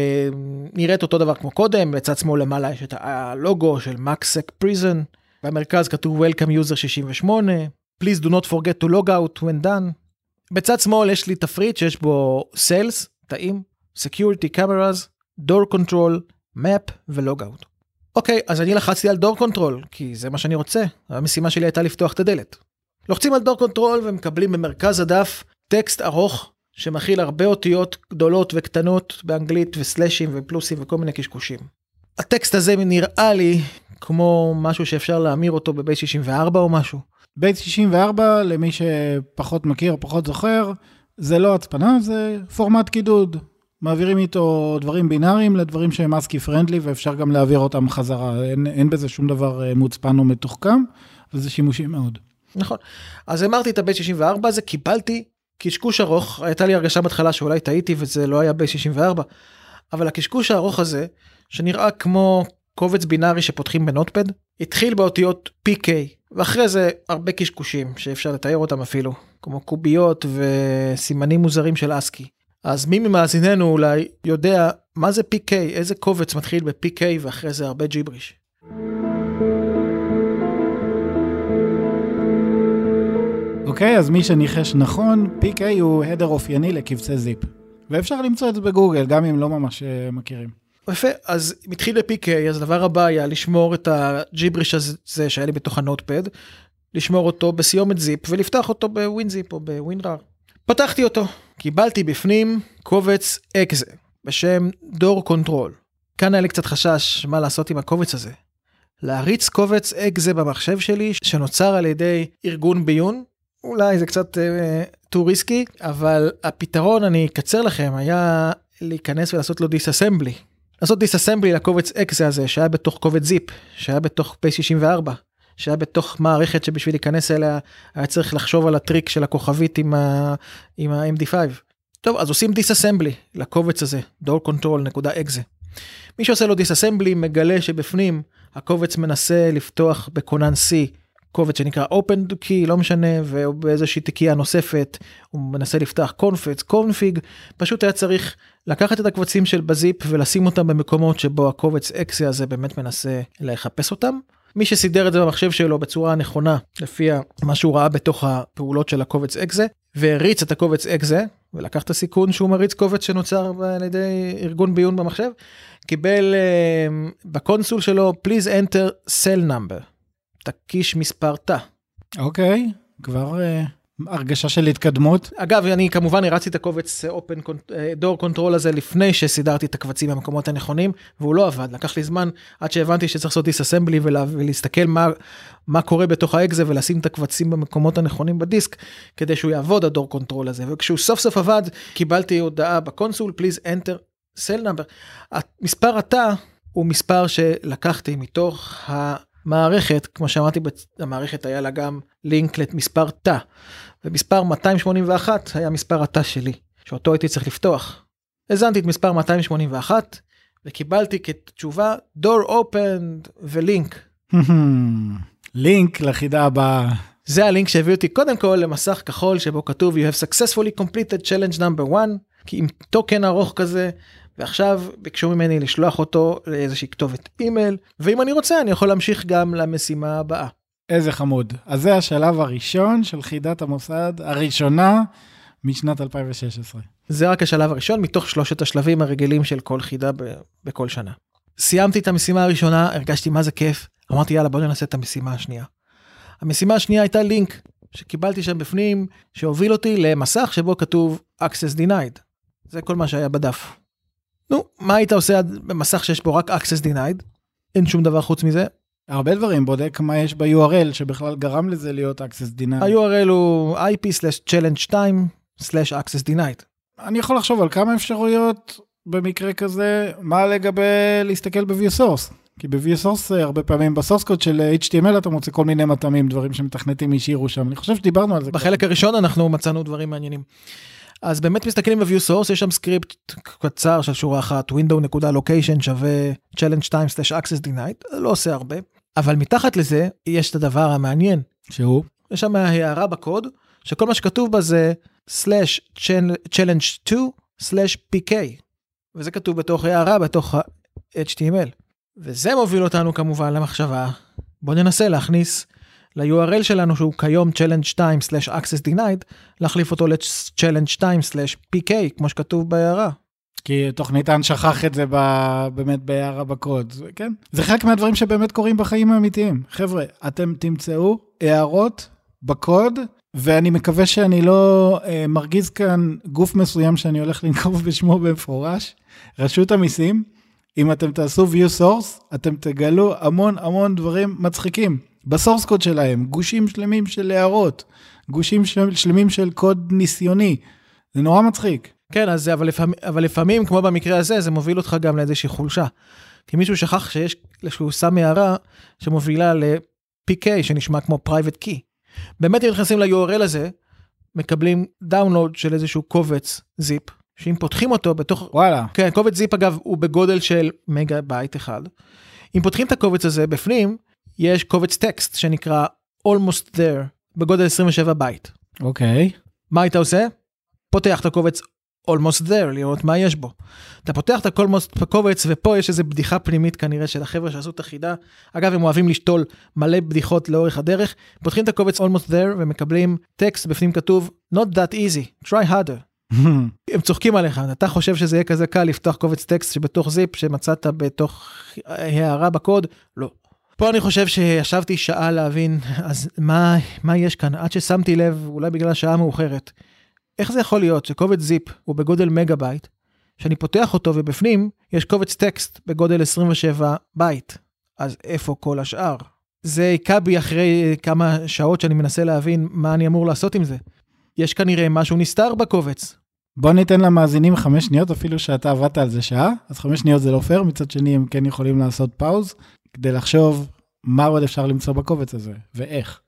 שנראית אותו דבר כמו קודם, בצד שמאל למעלה יש את הלוגו של MaxSec Prison, במרכז כתוב Welcome user שישים ושמונה, Please do not forget to log out when done. בצד שמאל יש לי תפריט שיש בו Sales, תאים, Security Cameras, Door Control, Map ו-Logout. אוקיי, אז אני לחצתי על Door Control, כי זה מה שאני רוצה. המשימה שלי הייתה לפתוח את הדלת. לוחצים על Door Control ומקבלים במרכז הדף טקסט ארוך, שמכיל הרבה אותיות גדולות וקטנות באנגלית וסלשים ופלוסים וכל מיני קשקושים. הטקסט הזה נראה לי כמו משהו שאפשר להמיר אותו בבייס שישים וארבע או משהו. בייס שישים וארבע, למי שפחות מכיר, פחות זוכר, זה לא הצפנה, זה פורמט קידוד. מעבירים איתו דברים בינאריים לדברים שהם אסקי פרנדלי, ואפשר גם להעביר אותם חזרה. אין, אין בזה שום דבר מוצפן או מתוחכם, וזה שימושי מאוד. נכון. אז אמרתי את הבייס שישים וארבע הזה, קיבלתי קשקוש ארוך, הייתה לי הרגשה בהתחלה שאולי טעיתי וזה לא היה בייס שישים וארבע, אבל הקשקוש הארוך הזה, שנראה כמו קובץ בינארי שפותחים בנוטפד, התחיל באותיות פי קיי, ואחרי זה הרבה קשקושים שאפשר לתאר אותם אפילו, כמו קוביות וסימנים מוזרים של אסקי. אז מי ממאזיננו אולי יודע מה זה פי קיי, איזה קובץ מתחיל ב-פי קיי ואחרי זה הרבה ג'יבריש. אוקיי, אז מי שניחש נכון, פי קיי הוא הדר אופייני לקבצי זיפ. ואפשר למצוא את זה בגוגל, גם אם לא ממש מכירים. יפה, אז מתחיל ב-פי קיי, אז הדבר הבא היה לשמור את הג'יבריש הזה שהיה לי בתוך הנוטפד, לשמור אותו בסיומת זיפ, ולפתח אותו בווינזיפ או בווינרר. פתחתי אותו, קיבלתי בפנים קובץ אקזה, בשם Door Control. כאן היה לי קצת חשש מה לעשות עם הקובץ הזה. להריץ קובץ אקזה במחשב שלי, שנוצר על ידי ארגון ביון, אולי זה קצת טו ריסקי, אבל הפתרון, אני אקצר לכם, היה להיכנס ולעשות לו דיסאסמבלי. לעשות דיסאסמבלי לקובץ אקזה הזה, שהיה בתוך קובץ זיפ, שהיה בתוך בייס שישים וארבע, שהיה בתוך מערכת שבשביל להיכנס אליה, היה צריך לחשוב על הטריק של הכוכבית עם ה-אם די פייב. טוב, אז עושים דיסאסמבלי לקובץ הזה, door control.exe. מי שעושה לו דיסאסמבלי מגלה שבפנים הקובץ מנסה לפתוח בקונן C, קובץ שנקרא open key, לא משנה, ובאיזושהי תקייה נוספת, הוא מנסה לפתח config, config, פשוט היה צריך לקחת את הקבצים של בזיפ ולשים אותם במקומות שבו הקובץ אקסה הזה באמת מנסה לחפש אותם. מי שסידר את זה במחשב שלו בצורה הנכונה, לפי מה שהוא ראה בתוך הפעולות של הקובץ אקסה, והריץ את הקובץ אקסה, ולקח את הסיכון שהוא מריץ קובץ שנוצר על ידי ארגון ביון במחשב, קיבל uh, בקונסול שלו, please enter cell number. תקיש מספר תא. אוקיי, כבר uh, הרגשה של התקדמות. אגב, אני כמובן הרצתי את הקובץ Open Door Control הזה לפני שסידרתי את הקבצים במקומות הנכונים, והוא לא עבד. לקח לי זמן עד שהבנתי שצריך לעשות דיסאסמבלי ולהסתכל מה, מה קורה בתוך האקזה ולשים את הקבצים במקומות הנכונים בדיסק, כדי שהוא יעבוד הדור קונטרול הזה. וכשהוא סוף סוף עבד, קיבלתי הודעה בקונסול, please enter cell number. המספר התא הוא מספר שלקחתי מתוך ה... מערכת, כמו שאמרתי, המערכת היה לה גם לינק למספר תא, ומספר מאתיים שמונים ואחת היה מספר התא שלי, שאותו הייתי צריך לפתוח. הזנתי את מספר מאתיים שמונים ואחת, וקיבלתי כתשובה, door opened ולינק. לינק לחידה הבאה. זה הלינק שהביא אותי קודם כל למסך כחול, שבו כתוב, you have successfully completed challenge number one, כי עם טוקן ארוך כזה, ועכשיו ביקשו ממני לשלוח אותו לאיזושהי כתובת אימייל, ואם אני רוצה אני יכול להמשיך גם למשימה הבאה. איזה חמוד. אז זה השלב הראשון של חידת המוסד, הראשונה משנת אלפיים ושש עשרה. זה רק השלב הראשון, מתוך שלושת השלבים הרגילים של כל חידה ב- בכל שנה. סיימתי את המשימה הראשונה, הרגשתי מה זה כיף, אמרתי יאללה בוא ננסה את המשימה השנייה. המשימה השנייה הייתה לינק, שקיבלתי שם בפנים, שהוביל אותי למסך שבו כתוב access denied. זה כל מה שהיה בדף. נו, מה היית עושה במסך שיש בו רק access denied? אין שום דבר חוץ מזה. הרבה דברים, בודק מה יש ב-יו אר אל שבכלל גרם לזה להיות access denied. ה-יו אר אל הוא איי פי סלש צ'אלנג' שתיים סלש access denied. אני יכול לחשוב על כמה אפשרויות במקרה כזה, מה לגבי להסתכל ב-view source. כי ב-view source הרבה פעמים בסורס קוד של אייץ' טי אם אל אתה מוצא כל מיני מתאמים, דברים שמתכנתים השאירו שם. אני חושב שדיברנו על זה. בחלק הראשון אנחנו מצאנו דברים מעניינים. אז באמת מסתכלים ב-view source, יש שם סקריפט קצר של שורה אחת, window.location שווה challenge שתיים סלש access denied, לא עושה הרבה, אבל מתחת לזה יש את הדבר המעניין. שהוא? יש שם הערה בקוד, שכל מה שכתוב בה זה slash challenge שתיים slash פי קיי, וזה כתוב בתוך הערה, בתוך ה-אייץ' טי אם אל. וזה מוביל אותנו כמובן למחשבה, בוא ננסה להכניס ל-יו אר אל שלנו שהוא כיום צ'אלנג' שתיים סלש אקסס דינייד, להחליף אותו ל-צ'אלנג' שתיים סלש פי קיי, כמו שכתוב בהערה. כי תוכניתן שכח את זה ב... באמת בהערה בקוד, כן? זה חלק מהדברים שבאמת קורים בחיים האמיתיים. חבר'ה, אתם תמצאו הערות בקוד, ואני מקווה שאני לא אה, מרגיז כאן גוף מסוים שאני הולך לנקוב בשמו במפורש, רשות המיסים, אם אתם תעשו view source, אתם תגלו המון המון דברים מצחיקים. בסורס קוד שלהם, גושים שלמים של הערות, גושים שלמים של קוד ניסיוני. זה נורא מצחיק. כן, אז, אבל, לפעמים, אבל לפעמים, כמו במקרה הזה, זה מוביל אותך גם לאיזושהי חולשה. כי מישהו שכח שיש, שהוא שם הערה שמובילה ל-פי קיי, שנשמע כמו private key. באמת, אם נכנסים ל-יו אר אל הזה, מקבלים דאונלוד של איזשהו קובץ זיפ, שאם פותחים אותו בתוך... וואלה. כן, קובץ זיפ אגב הוא בגודל של מגה בייט אחד. אם פותחים את הקובץ הזה בפנים, יש קובץ טקסט שנקרא almost there, בגודל עשרים ושבע בייט. אוקיי. מה היית עושה? פותח את הקובץ almost there, לראות מה יש בו. אתה פותח את הקובץ, ופה יש איזו בדיחה פנימית כנראה של החבר'ה שעשו את החידה. אגב, הם אוהבים לשתול מלא בדיחות לאורך הדרך. פותחים את הקובץ almost there, ומקבלים טקסט, בפנים כתוב, not that easy, try harder. הם צוחקים עליך, אתה חושב שזה יהיה כזה קל לפתוח קובץ טקסט שבתוך זיפ, שמצאת בתוך הערה בקוד? לא. פה אני חושב שישבתי שעה להבין, אז מה, מה יש כאן? עד ששמתי לב, אולי בגלל השעה מאוחרת. איך זה יכול להיות שקובץ זיפ הוא בגודל מגה בייט, שאני פותח אותו ובפנים יש קובץ טקסט בגודל עשרים ושבע בייט. אז איפה כל השאר? זה עיקה בי אחרי כמה שעות שאני מנסה להבין מה אני אמור לעשות עם זה. יש כנראה משהו נסתר בקובץ. בוא ניתן למאזינים חמש שניות, אפילו שאתה עבדת על זה שעה, אז חמש שניות זה לא פייר, מצד שני הם כן יכולים לעשות פאוז, כדי לחשוב מה עוד אפשר למצוא בקובץ הזה, ואיך.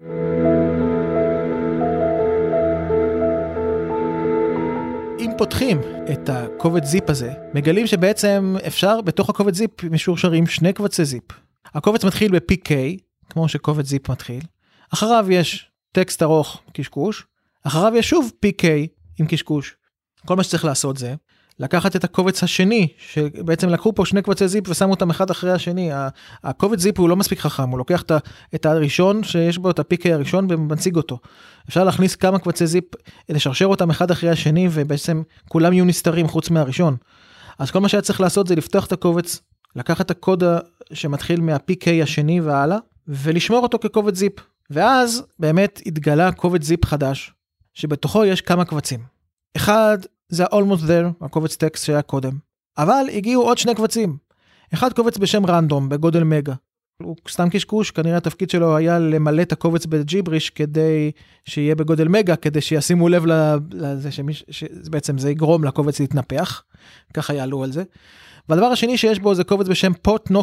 אם פותחים את הקובץ זיפ הזה, מגלים שבעצם אפשר בתוך הקובץ זיפ משורשרים שני קבצי זיפ. הקובץ מתחיל ב-פי קיי, כמו שקובץ זיפ מתחיל, אחריו יש טקסט ארוך קשקוש, אחריו יש שוב פי קיי עם קשקוש. כל מה שצריך לעשות זה, לקחת את הקובץ השני, שבעצם לקחו פה שני קבצי זיפ ושמו אותם אחד אחרי השני. הקובץ זיפ הוא לא מספיק חכם, הוא לוקח את הראשון שיש בו את ה-פי קיי הראשון ומציג אותו. אפשר להכניס כמה קבצי זיפ, לשרשר אותם אחד אחרי השני, ובעצם כולם יהיו נסתרים חוץ מהראשון. אז כל מה שהיה צריך לעשות זה לפתוח את הקובץ, לקחת את הקוד שמתחיל מה-פי קיי השני והלאה, ולשמור אותו כקובץ זיפ. ואז באמת התגלה קובץ זיפ חדש, שבתוכו יש כמה קבצים. אחד זה ה-almost there, הקובץ טקסט שהיה קודם. אבל הגיעו עוד שני קבצים. אחד קובץ בשם רנדום, בגודל מגה. הוא סתם קשקוש, כנראה התפקיד שלו היה למלא את הקובץ בג'יבריש, כדי שיהיה בגודל מגה, כדי שישימו לב לזה שמיש, שבעצם זה יגרום לקובץ להתנפח. ככה יעלו על זה. והדבר השני שיש בו זה קובץ בשם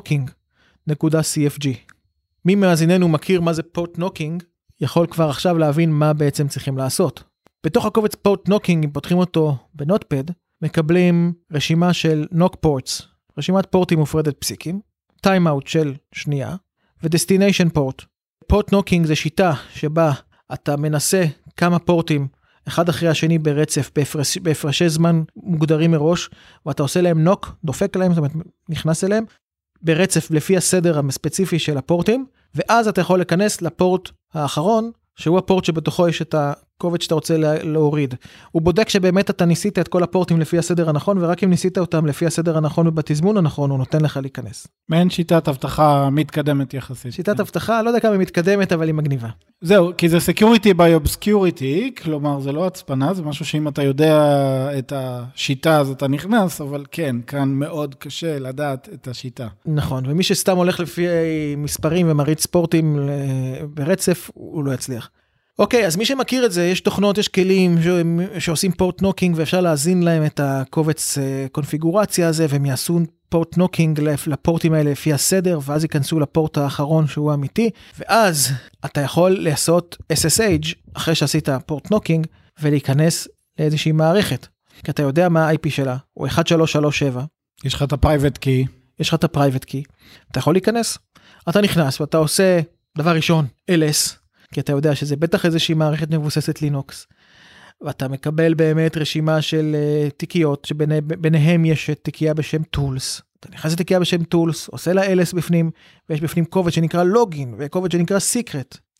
portnocking.cfg. מי מאזיננו מכיר מה זה portnocking, יכול כבר עכשיו להבין מה בעצם צריכים לעשות. בתוך הקובץ portnocking, אם פותחים אותו בנוטפד, מקבלים רשימה של knock ports, רשימת פורטים מופרדת פסיקים, time out של שנייה, ו-destination port. portnocking זה שיטה שבה אתה מנסה כמה פורטים, אחד אחרי השני ברצף, בהפרש, בהפרשי זמן מוגדרים מראש, ואתה עושה להם knock, דופק להם, זאת אומרת, נכנס אליהם, ברצף לפי הסדר הספציפי של הפורטים, ואז אתה יכול להיכנס לפורט האחרון, שהוא הפורט שבתוכו יש את הקובץ שאתה רוצה להוריד. הוא בודק שבאמת אתה ניסית את כל הפורטים לפי הסדר הנכון, ורק אם ניסית אותם לפי הסדר הנכון ובתזמון הנכון, הוא נותן לך להיכנס. מעין שיטת הבטחה מתקדמת יחסית. שיטת הבטחה, לא יודע כמה היא מתקדמת, אבל היא מגניבה. זהו, כי זה security by obscurity, כלומר זה לא הצפנה, זה משהו שאם אתה יודע את השיטה אז אתה נכנס, אבל כן, כאן מאוד קשה לדעת את השיטה. נכון, ומי שסתם הולך לפי מספרים ומריץ ספורטים ברצף, הוא לא יצליח. אוקיי, אז מי שמכיר את זה, יש תוכנות, יש כלים שעושים פורט נוקינג, ואפשר להזין להם את הקובץ קונפיגורציה הזה, והם יעשו פורט נוקינג לפורטים האלה לפי הסדר, ואז ייכנסו לפורט האחרון שהוא אמיתי, ואז אתה יכול לעשות אס אס אייץ' אחרי שעשית פורט נוקינג, ולהיכנס לאיזושהי מערכת. כי אתה יודע מה ה-איי פי שלה, הוא אחת שלוש שלוש שבע. יש לך את ה-private key. יש לך את ה-private key. אתה יכול להיכנס. אתה נכנס, ואתה עושה דבר ראשון, אל אס, כי אתה יודע שזה בטח איזושהי מערכת מבוססת לינוקס, ואתה מקבל באמת רשימה של uh, תיקיות, שביניהם יש תיקייה בשם טולס, אתה נכנס לתיקייה בשם טולס, עושה לה אל אס בפנים, ויש בפנים קובץ שנקרא לוגין, וקובץ שנקרא סיקרט.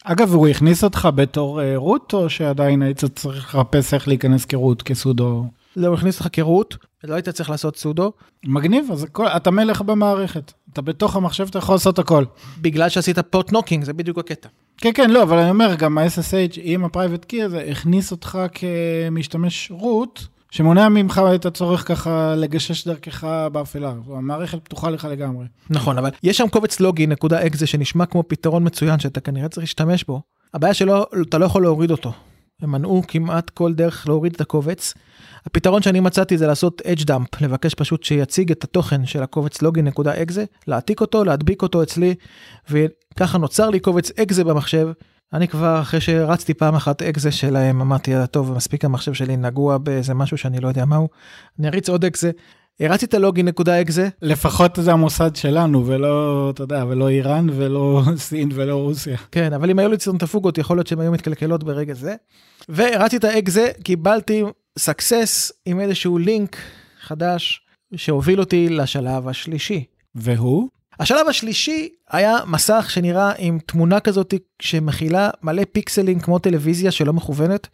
אגב, הוא הכניס אותך בתור רוט, או שעדיין היית צריך לחפש איך להיכנס כרוט, כסודו? לא, הוא הכניס אותך כרוט, לא היית צריך לעשות סודו. מגניב, אז הכל, אתה מלך במערכת. אתה בתוך המחשב, אתה יכול לעשות הכל. בגלל שעשית פורט נוקינג, זה בדיוק הקטע. כן, כן, לא, אבל אני אומר, גם ה-אס אס אייץ' עם ה-Private Key הזה, הכניס אותך כמשתמש רוט, שמונע ממך את הצורך ככה לגשש דרכך באפלה. המערכת פתוחה לך לגמרי. נכון, אבל יש שם קובץ לוגי נקודה אקס שנשמע כמו פתרון מצוין שאתה כנראה צריך להשתמש בו. הבעיה שלו, אתה לא יכול להוריד אותו. הם מנעו כמעט כל דרך להוריד את הקובץ. הפתרון שאני מצאתי זה לעשות edge dump, לבקש פשוט שיציג את התוכן של הקובץ לוגי נקודה אקס, להעתיק אותו, להדביק אותו אצלי, וככה נוצר לי קובץ אקס במחשב. אני כבר אחרי שרצתי פעם אחת אקזה שלהם, אמרתי, טוב, מספיק המחשב שלי נגוע באיזה משהו שאני לא יודע מהו, אני אריץ עוד אקזה, הרצתי את הלוגי נקודה אקזה. לפחות זה המוסד שלנו, ולא, אתה יודע, ולא איראן, ולא סין, ולא רוסיה. כן, אבל אם היו לי צנטריפוגות, יכול להיות שהן היו מתקלקלות ברגע זה, והרצתי את האקזה, קיבלתי סקסס עם איזשהו לינק חדש, שהוביל אותי לשלב השלישי. והוא? השלב השלישי היה מסך שנראה עם תמונה כזאת שמכילה מלא פיקסלים כמו טלוויזיה שלא מכוונת,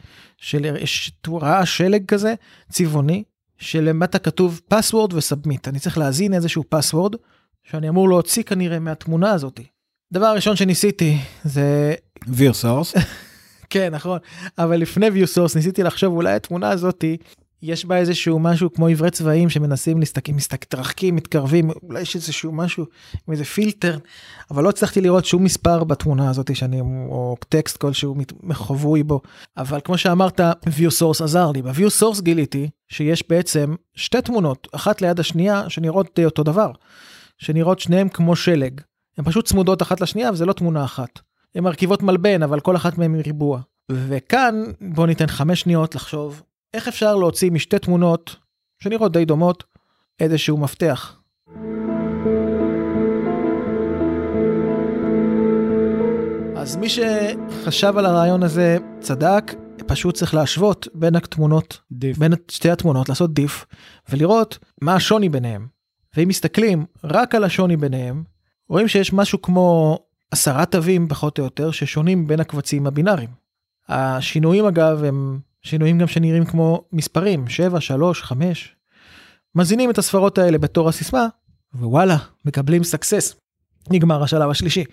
שיש רעש שלג כזה, צבעוני, שלמטה כתוב פסוורד וסאבמיט. אני צריך להזין איזשהו פסוורד, שאני אמור להוציא כנראה מהתמונה הזאת. דבר הראשון שניסיתי זה... view source. כן, נכון. אבל לפני view source ניסיתי לחשוב אולי התמונה הזאת... יש בה איזשהו משהו כמו עברי צבעים שמנסים להסתכל, מתרחקים, מתקרבים, אולי יש איזשהו משהו עם איזה פילטר, אבל לא הצלחתי לראות שום מספר בתמונה הזאת שאני, או טקסט כלשהו מחובוי בו, אבל כמו שאמרת, view source עזר לי. ב-view source גיליתי שיש בעצם שתי תמונות, אחת ליד השנייה, שנראות אותו דבר, שנראות שניהם כמו שלג. הן פשוט צמודות אחת לשנייה, וזה לא תמונה אחת. הן מרכיבות מלבן, אבל כל אחת מהן ריבוע. וכאן בוא ניתן חמש שניות לחשוב, איך אפשר להוציא משתי תמונות, שנראות די דומות, איזשהו מפתח. אז מי שחשב על הרעיון הזה צדק, פשוט צריך להשוות בין התמונות, דיף. בין שתי התמונות, לעשות דיף, ולראות מה השוני ביניהם. ואם מסתכלים רק על השוני ביניהם, רואים שיש משהו כמו עשרה תווים פחות או יותר, ששונים בין הקבצים הבינאריים. השינויים אגב הם... שינויים גם שנראים כמו מספרים, שבע, שלוש, חמש. מזינים את הספרות האלה בתור הסיסמה, ווואלה, מקבלים סקסס. נגמר השלב השלישי.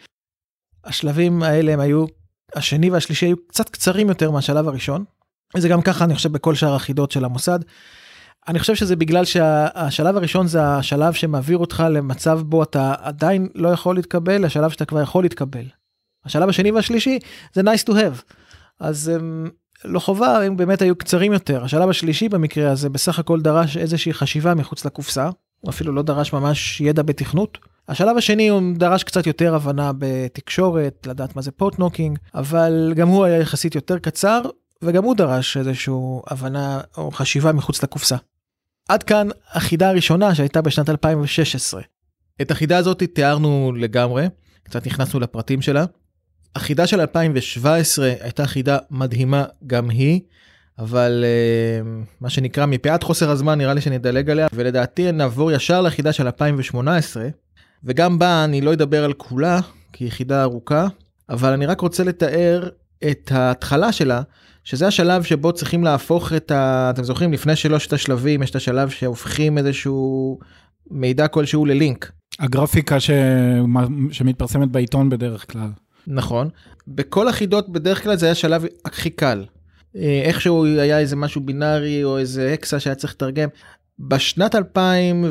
השלבים האלה הם היו, השני והשלישי היו קצת קצרים יותר מהשלב הראשון, וזה גם ככה אני חושב בכל שאר החידות של המוסד. אני חושב שזה בגלל שהשלב הראשון זה השלב שמעביר אותך למצב בו אתה עדיין לא יכול להתקבל, לשלב שאתה כבר יכול להתקבל. השלב השני והשלישי זה nice to have. אז... לא חובה, הם באמת היו קצרים יותר. השלב השלישי במקרה הזה בסך הכל דרש איזושהי חשיבה מחוץ לקופסה, או אפילו לא דרש ממש ידע בתכנות. השלב השני הוא דרש קצת יותר הבנה בתקשורת, לדעת מה זה פורט נוקינג, אבל גם הוא היה יחסית יותר קצר, וגם הוא דרש איזושהי הבנה או חשיבה מחוץ לקופסה. עד כאן החידה הראשונה שהייתה בשנת אלפיים ושש עשרה. את החידה הזאת תיארנו לגמרי, קצת נכנסנו לפרטים שלה. החידה של אלפיים שבע עשרה הייתה חידה מדהימה גם היא, אבל uh, מה שנקרא מפאת חוסר הזמן נראה לי שנדלג עליה, ולדעתי נעבור ישר לחידה של אלפיים שמונה עשרה, וגם בה אני לא אדבר על כולה, כי היא חידה ארוכה, אבל אני רק רוצה לתאר את ההתחלה שלה, שזה השלב שבו צריכים להפוך את ה... אתם זוכרים, לפני שלושת השלבים, יש את השלב שהופכים איזשהו מידע כלשהו ללינק. הגרפיקה ש... שמתפרסמת בעיתון בדרך כלל. נכון. בכל החידות בדרך כלל זה היה שלב הכי קל. איכשהו היה איזה משהו בינארי או איזה אקסה שהיה צריך לתרגם. בשנת אלפיים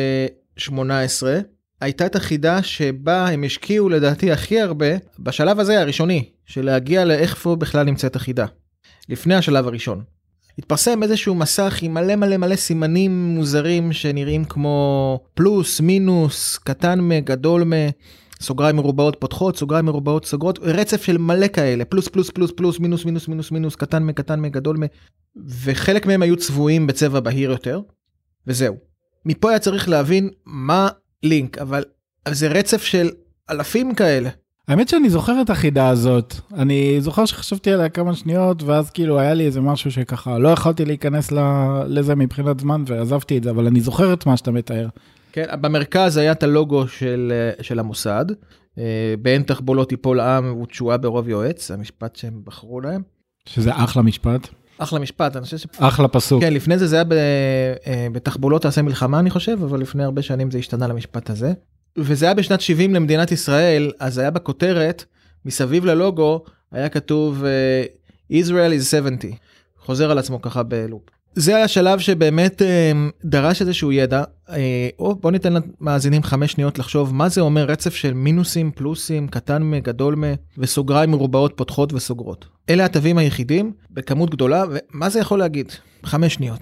שמונה עשרה הייתה את החידה שבה הם השקיעו לדעתי הכי הרבה, בשלב הזה הראשוני, של להגיע לאיפה בכלל נמצאת החידה. לפני השלב הראשון. התפרסם איזשהו מסך עם מלא מלא מלא סימנים מוזרים שנראים כמו פלוס, מינוס, קטן מ, גדול מ, סוגריים מרובעות פותחות, סוגריים מרובעות סוגרות, רצף של מלא כאלה, פלוס פלוס פלוס פלוס, מינוס מינוס מינוס מינוס, קטן מ, קטן מ, גדול מ, וחלק מהם היו צבועים בצבע בהיר יותר, וזהו. מפה היה צריך להבין מה לינק, אבל זה רצף של אלפים כאלה. האמת שאני זוכר את החידה הזאת, אני זוכר שחשבתי עליה כמה שניות, ואז כאילו היה לי איזה משהו שככה, לא יכולתי להיכנס לזה מבחינת זמן, ועזבתי את זה, אבל אני זוכר את מה שאתה מתאר. כן, במרכז היה את הלוגו של, של המוסד, באין תחבולות יפול עם ותשועה ברוב יועץ, המשפט שהם בחרו להם. שזה אחלה משפט. אחלה משפט, אני חושב ש... אחלה פסוק. כן, לפני זה זה היה בתחבולות תעשה מלחמה, אני חושב, אבל לפני הרבה שנים זה השתנה למשפט הזה. וזה היה בשנת שבעים למדינת ישראל, אז היה בכותרת, מסביב ללוגו, היה כתוב Israel is שבעים, חוזר על עצמו ככה בלופ. זה היה שלב שבאמת דרש איזשהו ידע, או בוא ניתן למאזינים חמש שניות לחשוב מה זה אומר רצף של מינוסים, פלוסים, קטן מ, גדול מ, וסוגריים מרובעות פותחות וסוגרות. אלה התווים היחידים בכמות גדולה, ומה זה יכול להגיד? חמש שניות.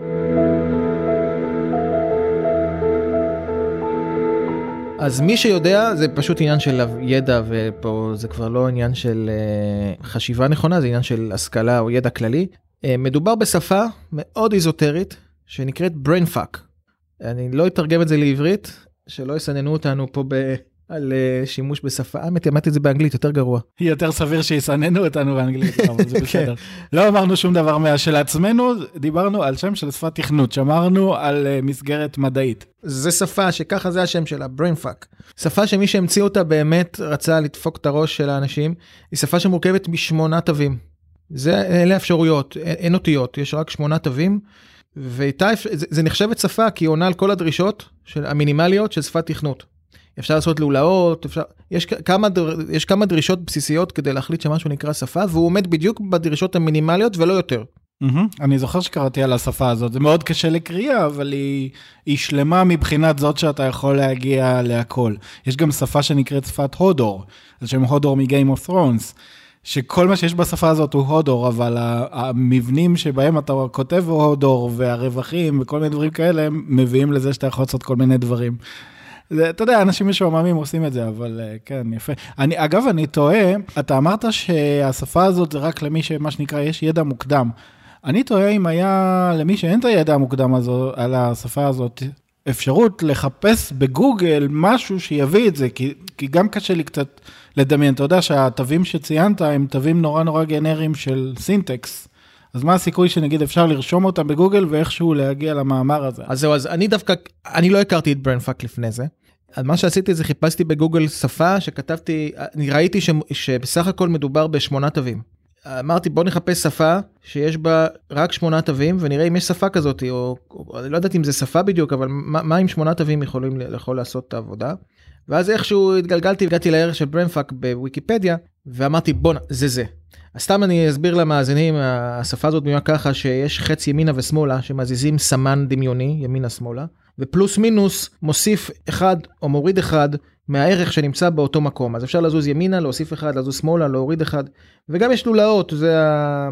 אז מי שיודע זה פשוט עניין של ידע, ופה זה כבר לא עניין של חשיבה נכונה, זה עניין של השכלה או ידע כללי. מדובר בשפה מאוד איזוטרית, שנקראת brain fuck. אני לא אתרגם את זה לעברית, שלא יסננו אותנו פה ב... על שימוש בשפה. האמת, אמרתי את זה באנגלית, יותר גרוע. יותר סביר שיסננו אותנו באנגלית, אבל זה בסדר. לא אמרנו שום דבר מהשל עצמנו, דיברנו על שם של שפת תכנות, שמרנו על מסגרת מדעית. זה שפה שככה זה השם שלה, brain fuck. שפה שמי שהמציא אותה באמת רצה לדפוק את הראש של האנשים, היא שפה שמורכבת משמונה תווים. זה, אלה אפשרויות, אין אותיות, יש רק שמונה תווים, ואיתה, זה, זה נחשבת שפה, כי היא עונה על כל הדרישות של, המינימליות של שפת תכנות. אפשר לעשות לולאות, אפשר, יש כמה, יש כמה דרישות בסיסיות כדי להחליט שמשהו נקרא שפה, והוא עומד בדיוק בדרישות המינימליות ולא יותר. אני זוכר שקראתי על השפה הזאת, זה מאוד קשה לקריאה, אבל היא, היא שלמה מבחינת זאת שאתה יכול להגיע להכל. יש גם שפה שנקראת שפת הודור, על שם הודור מ-Game of Thrones, שכל מה שיש בשפה הזאת הוא הודור, אבל המבנים שבהם אתה כותב הודור, והרווחים וכל מיני דברים כאלה, הם מביאים לזה שאתה יכול לעשות כל מיני דברים. זה, אתה יודע, אנשים משועממים עושים את זה, אבל כן, יפה. אני, אגב, אני טועה, אתה אמרת שהשפה הזאת זה רק למי שמה שנקרא, יש ידע מוקדם. אני טועה אם היה למי שאין את הידע המוקדם הזו, על השפה הזאת, אפשרות לחפש בגוגל משהו שיביא את זה, כי, כי גם קשה לי קצת לדמיין. אתה יודע שהתווים שציינת הם תווים נורא נורא גנריים של סינטקס. אז מה הסיכוי שנגיד אפשר לרשום אותם בגוגל ואיכשהו להגיע למאמר הזה? אז זהו, אז אני דווקא, אני לא הכרתי את brain fuck לפני זה. אז מה שעשיתי זה חיפשתי בגוגל שפה שכתבתי, אני ראיתי ש, שבסך הכל מדובר בשמונה תווים. אמרתי בוא נחפש שפה שיש בה רק שמונה תווים ונראה אם יש שפה כזאת, או, או אני לא יודעת אם זה שפה בדיוק, אבל מה, מה אם שמונה תווים יכולים יכול לעשות את העבודה. ואז איכשהו התגלגלתי, הגעתי לערך של brain fuck בוויקיפדיה, ואמרתי בוא, זה זה. אז סתם אני אסביר למאזינים, השפה הזאת בנויה ככה שיש חץ ימינה ושמאלה, שמזיזים סמן דמיוני, ימינה שמאלה, ופלוס מינוס מוסיף אחד או מוריד אחד מהערך שנמצא באותו מקום. אז אפשר לזוז ימינה, להוסיף אחד, לזוז שמאלה, להוריד אחד, וגם יש לולאות, זה, ה...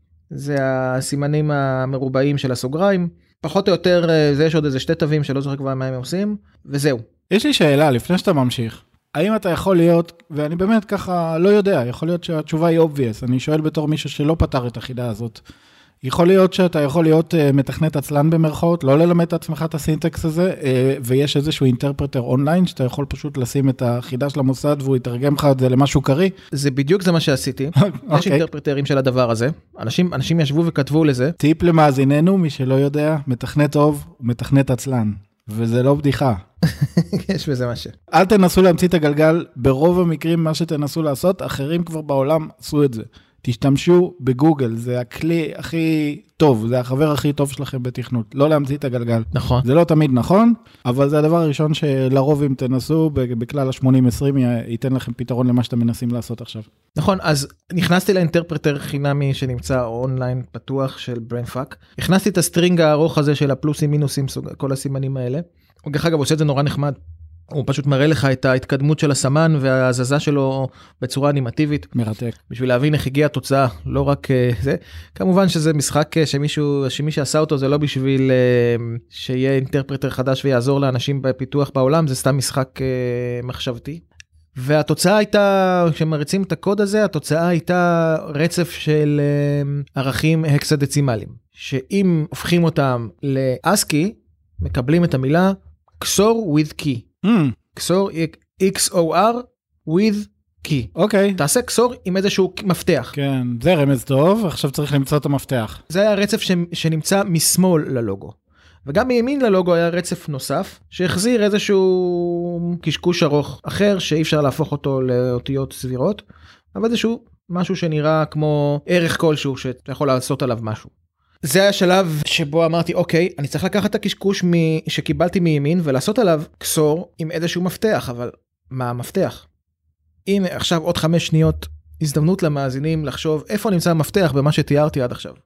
זה הסימנים המרובעים של הסוגריים. פחות או יותר, זה יש עוד איזה שתי תווים שלא זוכר כבר מה הם עושים, וזהו. יש לי שאלה, לפני שאתה ממשיך. האם אתה יכול להיות, ואני באמת ככה לא יודע, יכול להיות שהתשובה היא obvious, אני שואל בתור מישהו שלא פתר את החידה הזאת, יכול להיות שאתה יכול להיות מתכנת עצלן במרכאות, לא ללמד את עצמך את הסינטקס הזה, ויש איזשהו אינטרפרטר אונליין, שאתה יכול פשוט לשים את החידה של המוסד, והוא יתרגם לך את זה למשהו קרי? זה בדיוק זה מה שעשיתי, יש אינטרפרטרים של הדבר הזה, אנשים, אנשים ישבו וכתבו לזה. טיפ למאזיננו, מי שלא יודע, מתכנת טוב, מתכנת עצלן. וזה לא בדיחה. יש בזה משהו. אל תנסו להמציא את הגלגל, ברוב המקרים מה שתנסו לעשות, אחרים כבר בעולם עשו את זה. תשתמשו בגוגל, זה הכלי הכי טוב, זה החבר הכי טוב שלכם בתכנות, לא להמציא את הגלגל. נכון. זה לא תמיד נכון, אבל זה הדבר הראשון שלרוב אם תנסו, בכלל ה-שמונים עשרים ייתן לכם פתרון למה שאתם מנסים לעשות עכשיו. נכון, אז נכנסתי לאינטרפרטר חינמי שנמצא אונליין פתוח של brain fuck, הכנסתי את הסטרינג הארוך הזה של הפלוסים, מינוסים, כל הסימנים האלה, דרך אגב, עושה את זה נורא נחמד, הוא פשוט מראה לך את ההתקדמות של הסמן וההזזה שלו בצורה אנימטיבית. מרתק. בשביל להבין איך הגיעה התוצאה, לא רק זה. כמובן שזה משחק שמישהו, שמי שעשה אותו זה לא בשביל שיהיה אינטרפרטר חדש ויעזור לאנשים בפיתוח בעולם, זה סתם משחק מחשבתי. והתוצאה הייתה, כשמריצים את הקוד הזה, התוצאה הייתה רצף של ערכים הקסדצימליים, שאם הופכים אותם לאסקי, מקבלים את המילה קסור with key. Mm. קסור, X O R with key. אוקיי. Okay. תעשה קסור עם איזשהו מפתח. כן, זה רמז טוב, עכשיו צריך למצוא את המפתח. זה היה הרצף ש... שנמצא משמאל ללוגו. וגם מימין ללוגו היה רצף נוסף, שהחזיר איזשהו קשקוש ארוך אחר, שאי אפשר להפוך אותו לאותיות סבירות, אבל איזשהו משהו שנראה כמו ערך כלשהו, שאתה יכול לעשות עליו משהו. זה היה שלב שבו אמרתי, אוקיי, אני צריך לקחת את הקשקוש מ... שקיבלתי מימין, ולעשות עליו קסור עם איזשהו מפתח, אבל מה המפתח? הנה, עכשיו עוד חמש שניות, הזדמנות למאזינים לחשוב איפה נמצא המפתח במה שתיארתי עד עכשיו.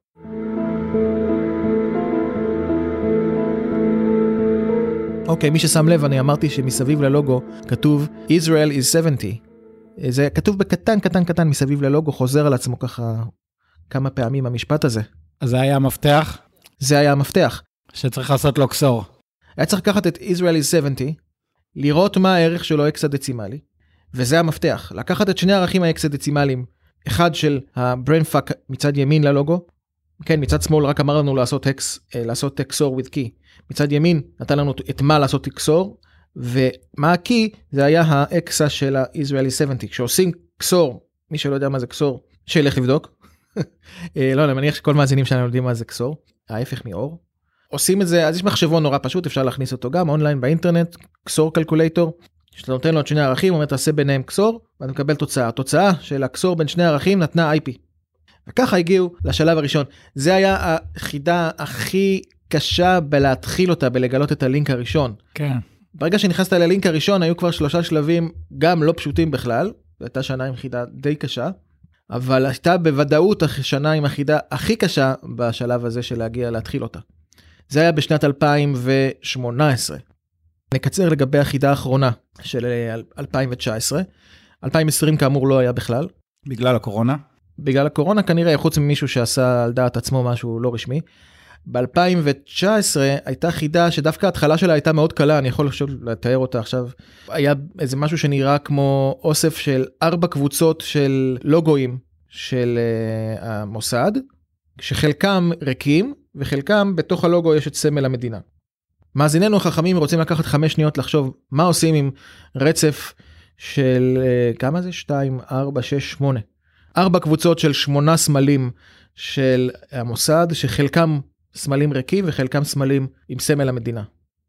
אוקיי, מי ששם לב, אני אמרתי שמסביב ללוגו כתוב Israel is שבעים. זה כתוב בקטן, קטן, קטן מסביב ללוגו, חוזר על עצמו ככה כמה פעמים המשפט הזה. אז זה היה המפתח? זה היה המפתח. שצריך לעשות לו קסור. היה צריך לקחת את Israel is שבעים, לראות מה הערך שלו אקסדצימלי, וזה המפתח. לקחת את שני הערכים האקסדצימליים, אחד של ה-brain fuck מצד ימין ללוגו, כן, מצד שמאל רק אמר לנו לעשות hex, לעשות XOR with key. מצד ימין נתן לנו את מה לעשות XOR, ומה ה-key זה היה האקסה של ה-Israel is שבעים. כשעושים XOR, מי שלא יודע מה זה XOR, שילך לבדוק. לא, אני מניח שכל מאזינים שלנו יודעים מה זה XOR, ההפך מאור. עושים את זה, אז יש מחשבון נורא פשוט, אפשר להכניס אותו גם אונליין באינטרנט, XOR קלקולטור, שאתה נותן לו את שני ערכים, אומר תעשה ביניהם XOR, ואתה מקבל תוצאה. התוצאה של ה-XOR בין שני ערכים נתנה איי פי. וככה הגיעו לשלב הראשון. זה היה החידה הכי קשה בלהתחיל אותה, בלגלות את הלינק הראשון. כן. ברגע שנכנסת ללינק הראשון, היו כבר שלושה שלבים גם לא פשוטים בכלל, זו הייתה שנה עם חידה די קשה, אבל הייתה בוודאות השנה עם החידה הכי קשה בשלב הזה של להגיע להתחיל אותה. זה היה בשנת אלפיים ושמונה עשרה. נקצר לגבי החידה האחרונה של אלפיים תשע עשרה. אלפיים ועשרים כאמור לא היה בכלל. בגלל הקורונה? בגלל הקורונה כנראה, חוץ ממישהו שעשה על דעת עצמו משהו לא רשמי. ב-אלפיים תשע עשרה הייתה חידה שדווקא ההתחלה שלה הייתה מאוד קלה, אני יכול לתאר אותה עכשיו. היה איזה משהו שנראה כמו אוסף של ארבע קבוצות של לוגויים של uh, המוסד, שחלקם ריקים, וחלקם בתוך הלוגו יש את סמל המדינה. מאזיננו החכמים רוצים לקחת חמש שניות לחשוב מה עושים עם רצף של, uh, כמה זה? שתיים, ארבע, שש, שמונה. ארבע קבוצות של שמונה סמלים של המוסד, שחלקם סמלים ריקים וחלקם סמלים עם סמל המדינה.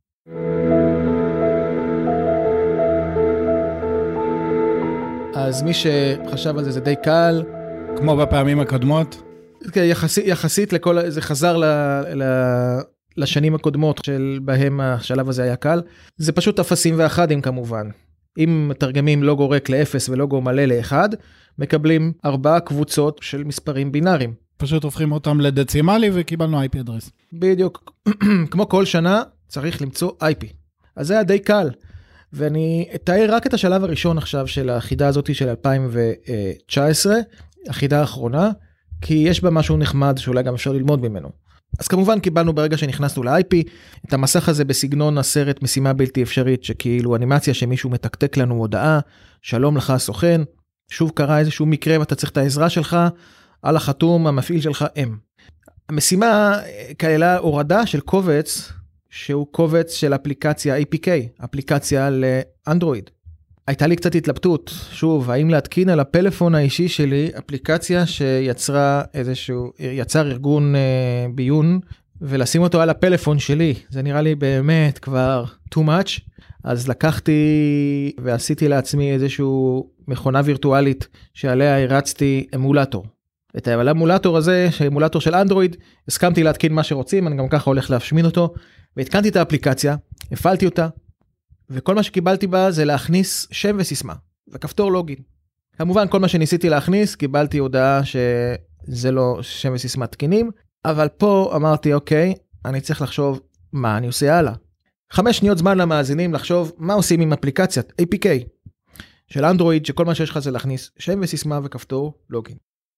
אז מי שחשב על זה זה די קל. כמו בפעמים הקודמות? יחסית, יחסית לכל, זה חזר ל, ל, לשנים הקודמות של בהם השלב הזה היה קל. זה פשוט אפסים ואחדים כמובן. אם מתרגמים לוגו ריק לאפס ולוגו מלא לאחד, מקבלים ארבעה קבוצות של מספרים בינאריים. פשוט הופכים אותם לדצימלי וקיבלנו איי פי אדרס. בדיוק. כמו כל שנה צריך למצוא איי פי. אז זה היה די קל. ואני אתאר רק את השלב הראשון עכשיו של החידה הזאת של אלפיים תשע עשרה, החידה האחרונה, כי יש בה משהו נחמד שאולי גם אפשר ללמוד ממנו. אז כמובן קיבלנו ברגע שנכנסנו ל-איי פי, את המסך הזה בסגנון הסרט משימה בלתי אפשרית, שכאילו אנימציה שמישהו מתקתק לנו הודעה, שלום לך סוכן, שוב קרה איזשהו מקרה ואתה צריך את העזרה שלך, על החתום המפעיל שלך אם. המשימה כללה הורדה של קובץ, שהוא קובץ של אפליקציה איי פי קיי, אפליקציה לאנדרואיד. הייתה לי קצת התלבטות, שוב, האם להתקין על הפלאפון האישי שלי אפליקציה שיצרה איזשהו, יצר ארגון אה, ביון, ולשים אותו על הפלאפון שלי. זה נראה לי באמת כבר too much. אז לקחתי ועשיתי לעצמי איזשהו מכונה וירטואלית שעליה הרצתי אמולטור. את האמולטור הזה, האמולטור של אנדרואיד, הסכמתי להתקין מה שרוצים, אני גם ככה הולך להשמין אותו, והתקנתי את האפליקציה, הפעלתי אותה, וכל מה שקיבלתי בה זה להכניס שם וסיסמה, וכפתור לוגין. כמובן, כל מה שניסיתי להכניס, קיבלתי הודעה שזה לא שם וסיסמה תקינים, אבל פה אמרתי, אוקיי, אני צריך לחשוב מה אני עושה הלאה. חמש שניות זמן למאזינים לחשוב מה עושים עם אפליקציית איי פי קיי של אנדרואיד, שכל מה שיש לך זה להכניס שם וסיסמה וכפתור לוגין.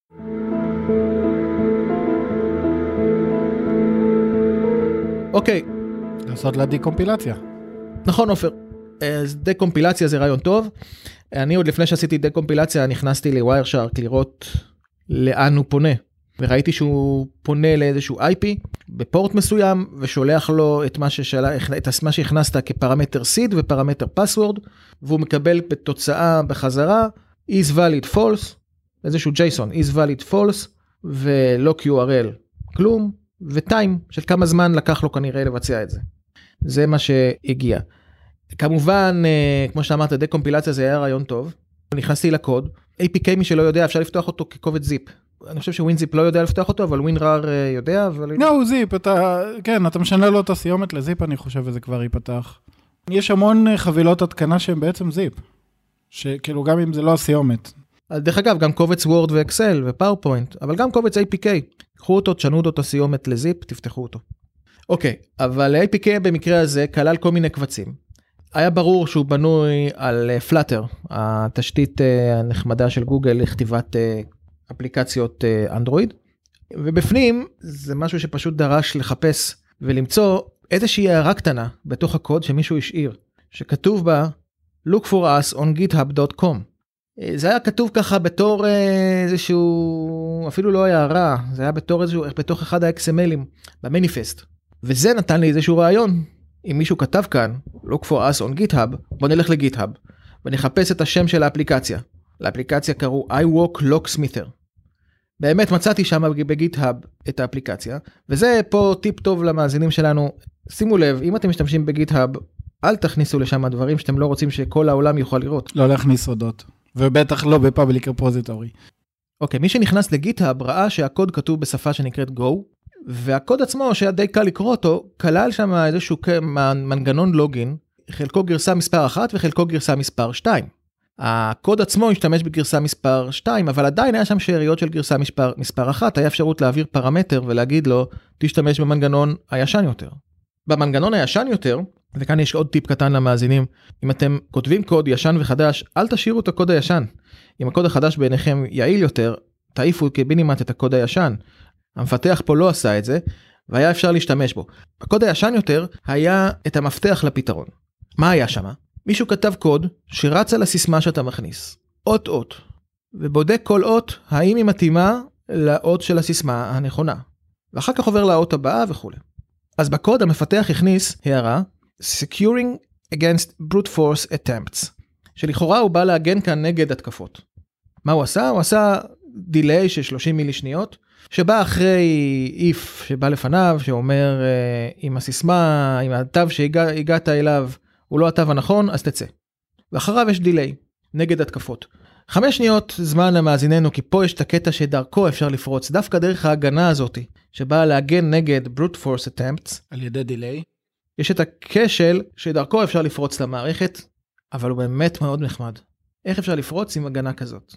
אוקיי. לעשות לה דקומפילציה. נכון, עופר. אז דקומפילציה זה רעיון טוב. אני עוד לפני שעשיתי דקומפילציה, נכנסתי לוויירשארק לראות לאן הוא פונה. וראיתי שהוא פונה לאיזשהו איי פי בפורט מסוים, ושולח לו את מה, ששלה, את מה שהכנסת כפרמטר seed ופרמטר password, והוא מקבל בתוצאה בחזרה, is valid false, איזשהו JSON, is valid false, ולא קיו אר אל, כלום, וטיים של כמה זמן לקח לו כנראה לבצע את זה. זה מה שהגיע. כמובן, כמו שאמרת, דקומפילציה זה היה רעיון טוב. נכנסתי לקוד, איי פי קיי מי שלא יודע, אפשר לפתוח אותו כקובץ זיפ. אני חושב שווינזיפ לא יודע לפתוח אותו, אבל ווינרר יודע. לא, זיפ, אתה, כן, אתה משנה לו את הסיומת לזיפ, אני חושב, וזה כבר ייפתח. יש המון חבילות התקנה שהן בעצם זיפ, שכאילו גם אם זה לא הסיומת. דרך אגב, גם קובץ וורד ואקסל ופאורפוינט, אבל גם קובץ איי פי קיי. קחו אותו, תשנו אותו הסיומת לזיפ, תפתחו אותו. אוקיי, אבל איי פי קיי במקרה הזה כלל כל מיני קבצים. היה ברור שהוא בנוי על פלאטר, התשתית הנחמדה של גוגל לכתיבת אפליקציות אנדרואיד, ובפנים זה משהו שפשוט דרש לחפש ולמצוא איזושהי הערה קטנה בתוך הקוד שמישהו השאיר, שכתוב בה look for us on github dot com. זה היה כתוב ככה בתור איזשהו, אפילו לא היה הערה, זה היה בתור איזשהו, בתוך אחד ה-אקס אם אל'ים במניפסט, וזה נתן לי איזשהו רעיון. אם מישהו כתב כאן, look for us on GitHub, בוא נלך לגיטהאב, ונחפש את השם של האפליקציה. לאפליקציה קראו iWalk Locksmither. באמת מצאתי שם בגיטהאב את האפליקציה, וזה פה טיפ טוב למאזינים שלנו. שימו לב, אם אתם משתמשים בגיטהאב, אל תכניסו לשם דברים שאתם לא רוצים שכל העולם יוכל לראות. לא להכניס סודות, ובטח לא בפאבליק רפוזיטורי. אוקיי, מי שנכנס לגיטהאב ראה שהקוד כתוב בשפה שנקראת Go, והקוד עצמו שהיה די קל לקרוא אותו, כלל שם איזשהו מנגנון לוגין, חלקו גרסה מספר אחת וחלקו גרסה מספר שתיים. הקוד עצמו השתמש בגרסה מספר שתיים, אבל עדיין היה שם שאריות של גרסה מספר, מספר אחת, היה אפשרות להעביר פרמטר ולהגיד לו, תשתמש במנגנון הישן יותר. במנגנון הישן יותר, וכאן יש עוד טיפ קטן למאזינים, אם אתם כותבים קוד ישן וחדש, אל תשאירו את הקוד הישן. אם הקוד החדש בעיניכם יעיל יותר, תעיפו כבינימט את הקוד הישן. המפתח פה לא עשה את זה, והיה אפשר להשתמש בו. הקוד הישן יותר היה את המפתח לפתרון. מה היה שם? מישהו כתב קוד שרץ על הסיסמה שאתה מכניס. אות אות. ובודק כל אות, האם היא מתאימה לאות של הסיסמה הנכונה. ואחר כך עובר לאות הבאה וכו'. אז בקוד המפתח הכניס הערה, Securing against brute force attempts. שלכאורה הוא בא להגן כאן נגד התקפות. מה הוא עשה? הוא עשה דיליי של שלושים מילי שניות, שבא אחרי if שבא לפניו, שאומר, אם הסיסמה, אם התו שהגעת אליו, הוא לא התו הנכון, אז תצא. ואחריו יש דיליי, נגד התקפות. חמש שניות זמן למאזיננו, כי פה יש את הקטע שדרכו אפשר לפרוץ, דווקא דרך ההגנה הזאת, שבאה להגן נגד brute force attempts. על ידי דיליי. יש את הכשל שדרכו אפשר לפרוץ למערכת, אבל הוא באמת מאוד נחמד. איך אפשר לפרוץ עם הגנה כזאת?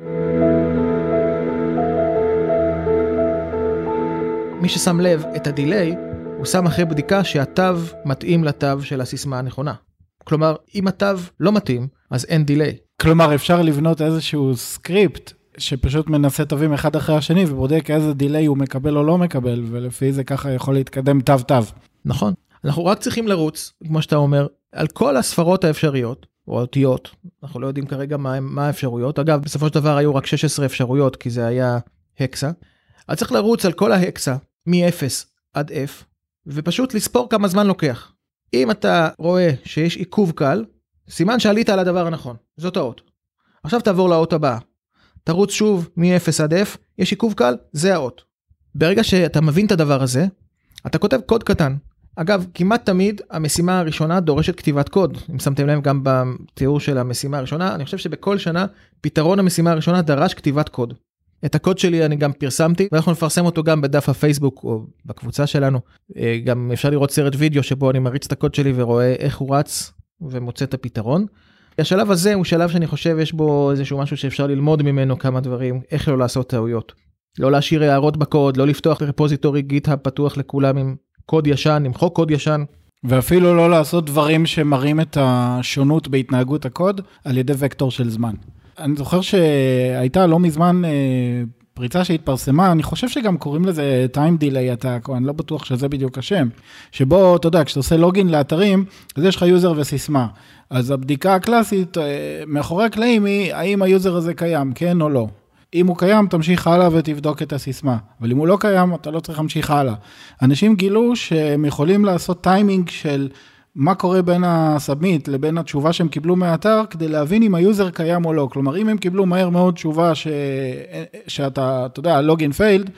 מי ששם לב את הדיליי, הוא שם אחרי בדיקה שהתו מתאים לתו של הסיסמה הנכונה. כלומר, אם התו לא מתאים, אז אין דיליי. כלומר, אפשר לבנות איזשהו סקריפט, שפשוט מנסה תווים אחד אחרי השני, ובודק איזה דיליי הוא מקבל או לא מקבל, ולפי זה ככה יכול להתקדם תו תו. נכון. אנחנו רק צריכים לרוץ, כמו שאתה אומר, על כל הספרות האפשריות, או אותיות. אנחנו לא יודעים כרגע מה, מה האפשרויות. אגב, בסופו של דבר היו רק שש עשרה אפשרויות, כי זה היה הקסה. אז צריך לרוץ על כל ההקסה, מ-אפס עד F, ופשוט לספור כמה זמן לוקח. אם אתה רואה שיש עיכוב קל, סימן שעלית על הדבר הנכון. זאת האות. עכשיו תעבור לאות הבאה. תרוץ שוב מ-אפס עד F, יש עיכוב קל, זה האות. ברגע שאתה מבין את הדבר הזה, אתה כותב קוד קטן. אגב, כמעט תמיד המשימה הראשונה דורשת כתיבת קוד. אם שמתם להם גם בתיאור של המשימה הראשונה, אני חושב שבכל שנה פתרון המשימה הראשונה דרש כתיבת קוד. את הקוד שלי אני גם פרסמתי, ואנחנו נפרסם אותו גם בדף הפייסבוק או בקבוצה שלנו. גם אפשר לראות סרט וידאו שבו אני מריץ את הקוד שלי ורואה איך הוא רץ ומוצא את הפתרון. השלב הזה הוא שלב שאני חושב יש בו איזשהו משהו שאפשר ללמוד ממנו כמה דברים, איך לא לעשות טעויות. לא להשאיר הערות בקוד, לא לפתוח רפוזיטורי גיטהאב פתוח לכולם עם קוד ישן, עם חוק קוד ישן. ואפילו לא לעשות דברים שמראים את השונות בהתנהגות הקוד על ידי וקטור של זמן. אני זוכר שהייתה לא מזמן פריצה שהתפרסמה, אני חושב שגם קוראים לזה time delay attack, אני לא בטוח שזה בדיוק השם, שבו, אתה יודע, כשאתה עושה לוגין לאתרים, אז יש לך יוזר וסיסמה. אז הבדיקה הקלאסית מאחורי הקלעים היא, האם היוזר הזה קיים, כן או לא. אם הוא קיים, תמשיך הלאה ותבדוק את הסיסמה. אבל אם הוא לא קיים, אתה לא צריך להמשיך הלאה. אנשים גילו שהם יכולים לעשות טיימינג של מה קורה בין הסאבמיט לבין התשובה שהם קיבלו מהאתר, כדי להבין אם היוזר קיים או לא. כלומר, אם הם קיבלו מהר מאוד תשובה ש... שאתה, אתה יודע, login failed,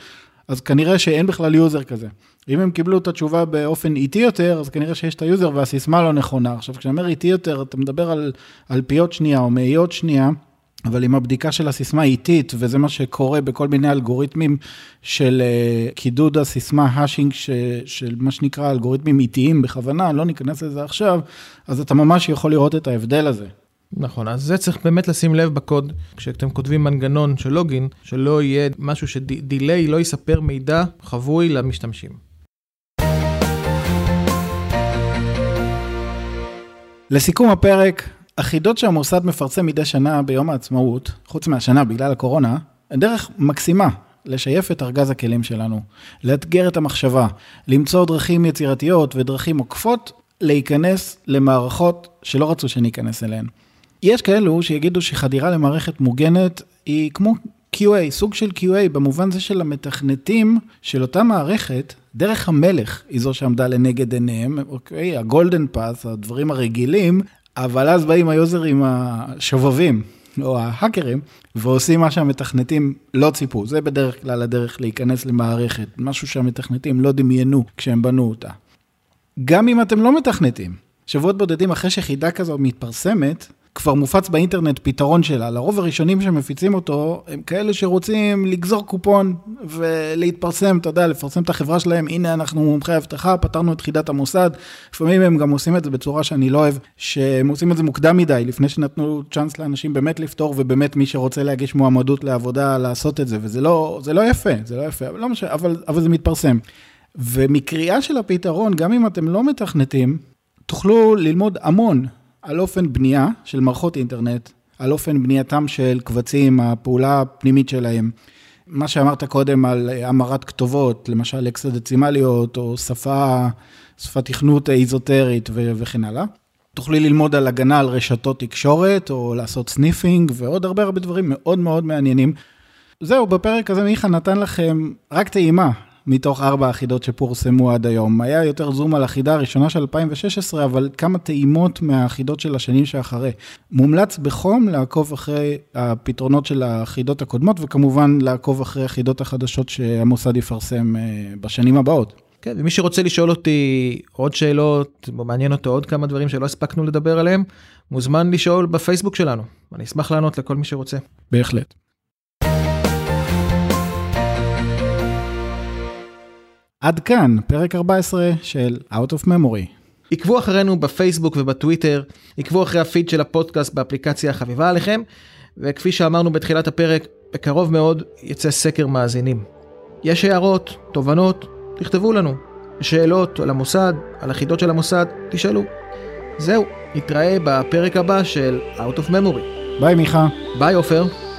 אז כנראה שאין בכלל יוזר כזה. אם הם קיבלו את התשובה באופן איטי יותר, אז כנראה שיש את היוזר והסיסמה לא נכונה. עכשיו, כשאני אומר איטי יותר, אתה מדבר על, על פיות שנייה או מאיות שנייה, אבל אם הבדיקה של הסיסמה איטית, וזה מה שקורה בכל מיני אלגוריתמים של uh, קידוד הסיסמה, השינג, ש, של מה שנקרא אלגוריתמים איטיים בכוונה, לא ניכנס לזה עכשיו, אז אתה ממש יכול לראות את ההבדל הזה. נכון, אז זה צריך באמת לשים לב בקוד, כשאתם כותבים מנגנון של לוגין, שלא יהיה משהו שדיליי לא יספר מידע חבוי למשתמשים. לסיכום הפרק, החידות שהמוסד מפרסם מדי שנה ביום העצמאות, חוץ מהשנה בגלל הקורונה, הן דרך מקסימה לשייף את ארגז הכלים שלנו, לאתגר את המחשבה, למצוא דרכים יצירתיות ודרכים עוקפות, להיכנס למערכות שלא רצו שניכנס אליהן. יש כאלו שיגידו שחדירה למערכת מוגנת היא כמו קיו איי, סוג של קיו איי, במובן זה של המתכנתים של אותה מערכת, דרך המלך היא זו שעמדה לנגד עיניהם, אוקיי, הגולדן פאס, הדברים הרגילים, אבל אז באים היוזרים השובבים, או ההאקרים, ועושים מה שהמתכנתים לא ציפו. זה בדרך כלל הדרך להיכנס למערכת, משהו שהמתכנתים לא דמיינו כשהם בנו אותה. גם אם אתם לא מתכנתים, שבועות בודדים אחרי שחידה כזו מתפרסמת, כבר מופץ באינטרנט פתרון שלה. לרוב הראשונים שמפיצים אותו, הם כאלה שרוצים לגזור קופון ולהתפרסם, אתה יודע, לפרסם את החברה שלהם, הנה אנחנו מומחי הבטחה, פתרנו את חידת המוסד, לפעמים הם גם עושים את זה בצורה שאני לא אוהב, שהם עושים את זה מוקדם מדי, לפני שנתנו צ'אנס לאנשים באמת לפתור, ובאמת מי שרוצה להגיש מועמדות לעבודה, לעשות את זה, וזה לא, זה לא יפה, זה לא יפה, אבל, לא משנה, אבל, אבל זה מתפרסם. ומקריאה של הפתרון, גם אם אתם לא מתכנתים, תוכלו ללמוד המון על אופן בנייה של מערכות אינטרנט, על אופן בנייתם של קבצים, הפעולה הפנימית שלהם. מה שאמרת קודם על אמרת כתובות, למשל אקסדצימליות, או שפה, שפת תכנות איזוטרית ו- וכן הלאה. תוכלי ללמוד על הגנה על רשתות תקשורת, או לעשות סניפינג, ועוד הרבה הרבה דברים מאוד מאוד מעניינים. זהו, בפרק הזה מיכה נתן לכם רק טעימה, מתוך ארבע החידות שפורסמו עד היום. היה יותר זום על החידה הראשונה של אלפיים ושש עשרה, אבל כמה טעימות מהחידות של השנים שאחרי. מומלץ בחום לעקוב אחרי הפתרונות של החידות הקודמות, וכמובן לעקוב אחרי החידות החדשות שהמוסד יפרסם בשנים הבאות. כן, ומי שרוצה לשאול אותי עוד שאלות, מעניין אותו עוד כמה דברים שלא הספקנו לדבר עליהם, מוזמן לשאול בפייסבוק שלנו. אני אשמח לענות לכל מי שרוצה. בהחלט. עד כאן, פרק ארבע עשרה של Out of Memory. עקבו אחרינו בפייסבוק ובטוויטר, עקבו אחרי הפיד של הפודקאסט באפליקציה החביבה עליכם, וכפי שאמרנו בתחילת הפרק, בקרוב מאוד יצא סקר מאזינים. יש הערות, תובנות, תכתבו לנו. שאלות על המוסד, על החידות של המוסד, תשאלו. זהו, נתראה בפרק הבא של Out of Memory. ביי מיכה. ביי עופר.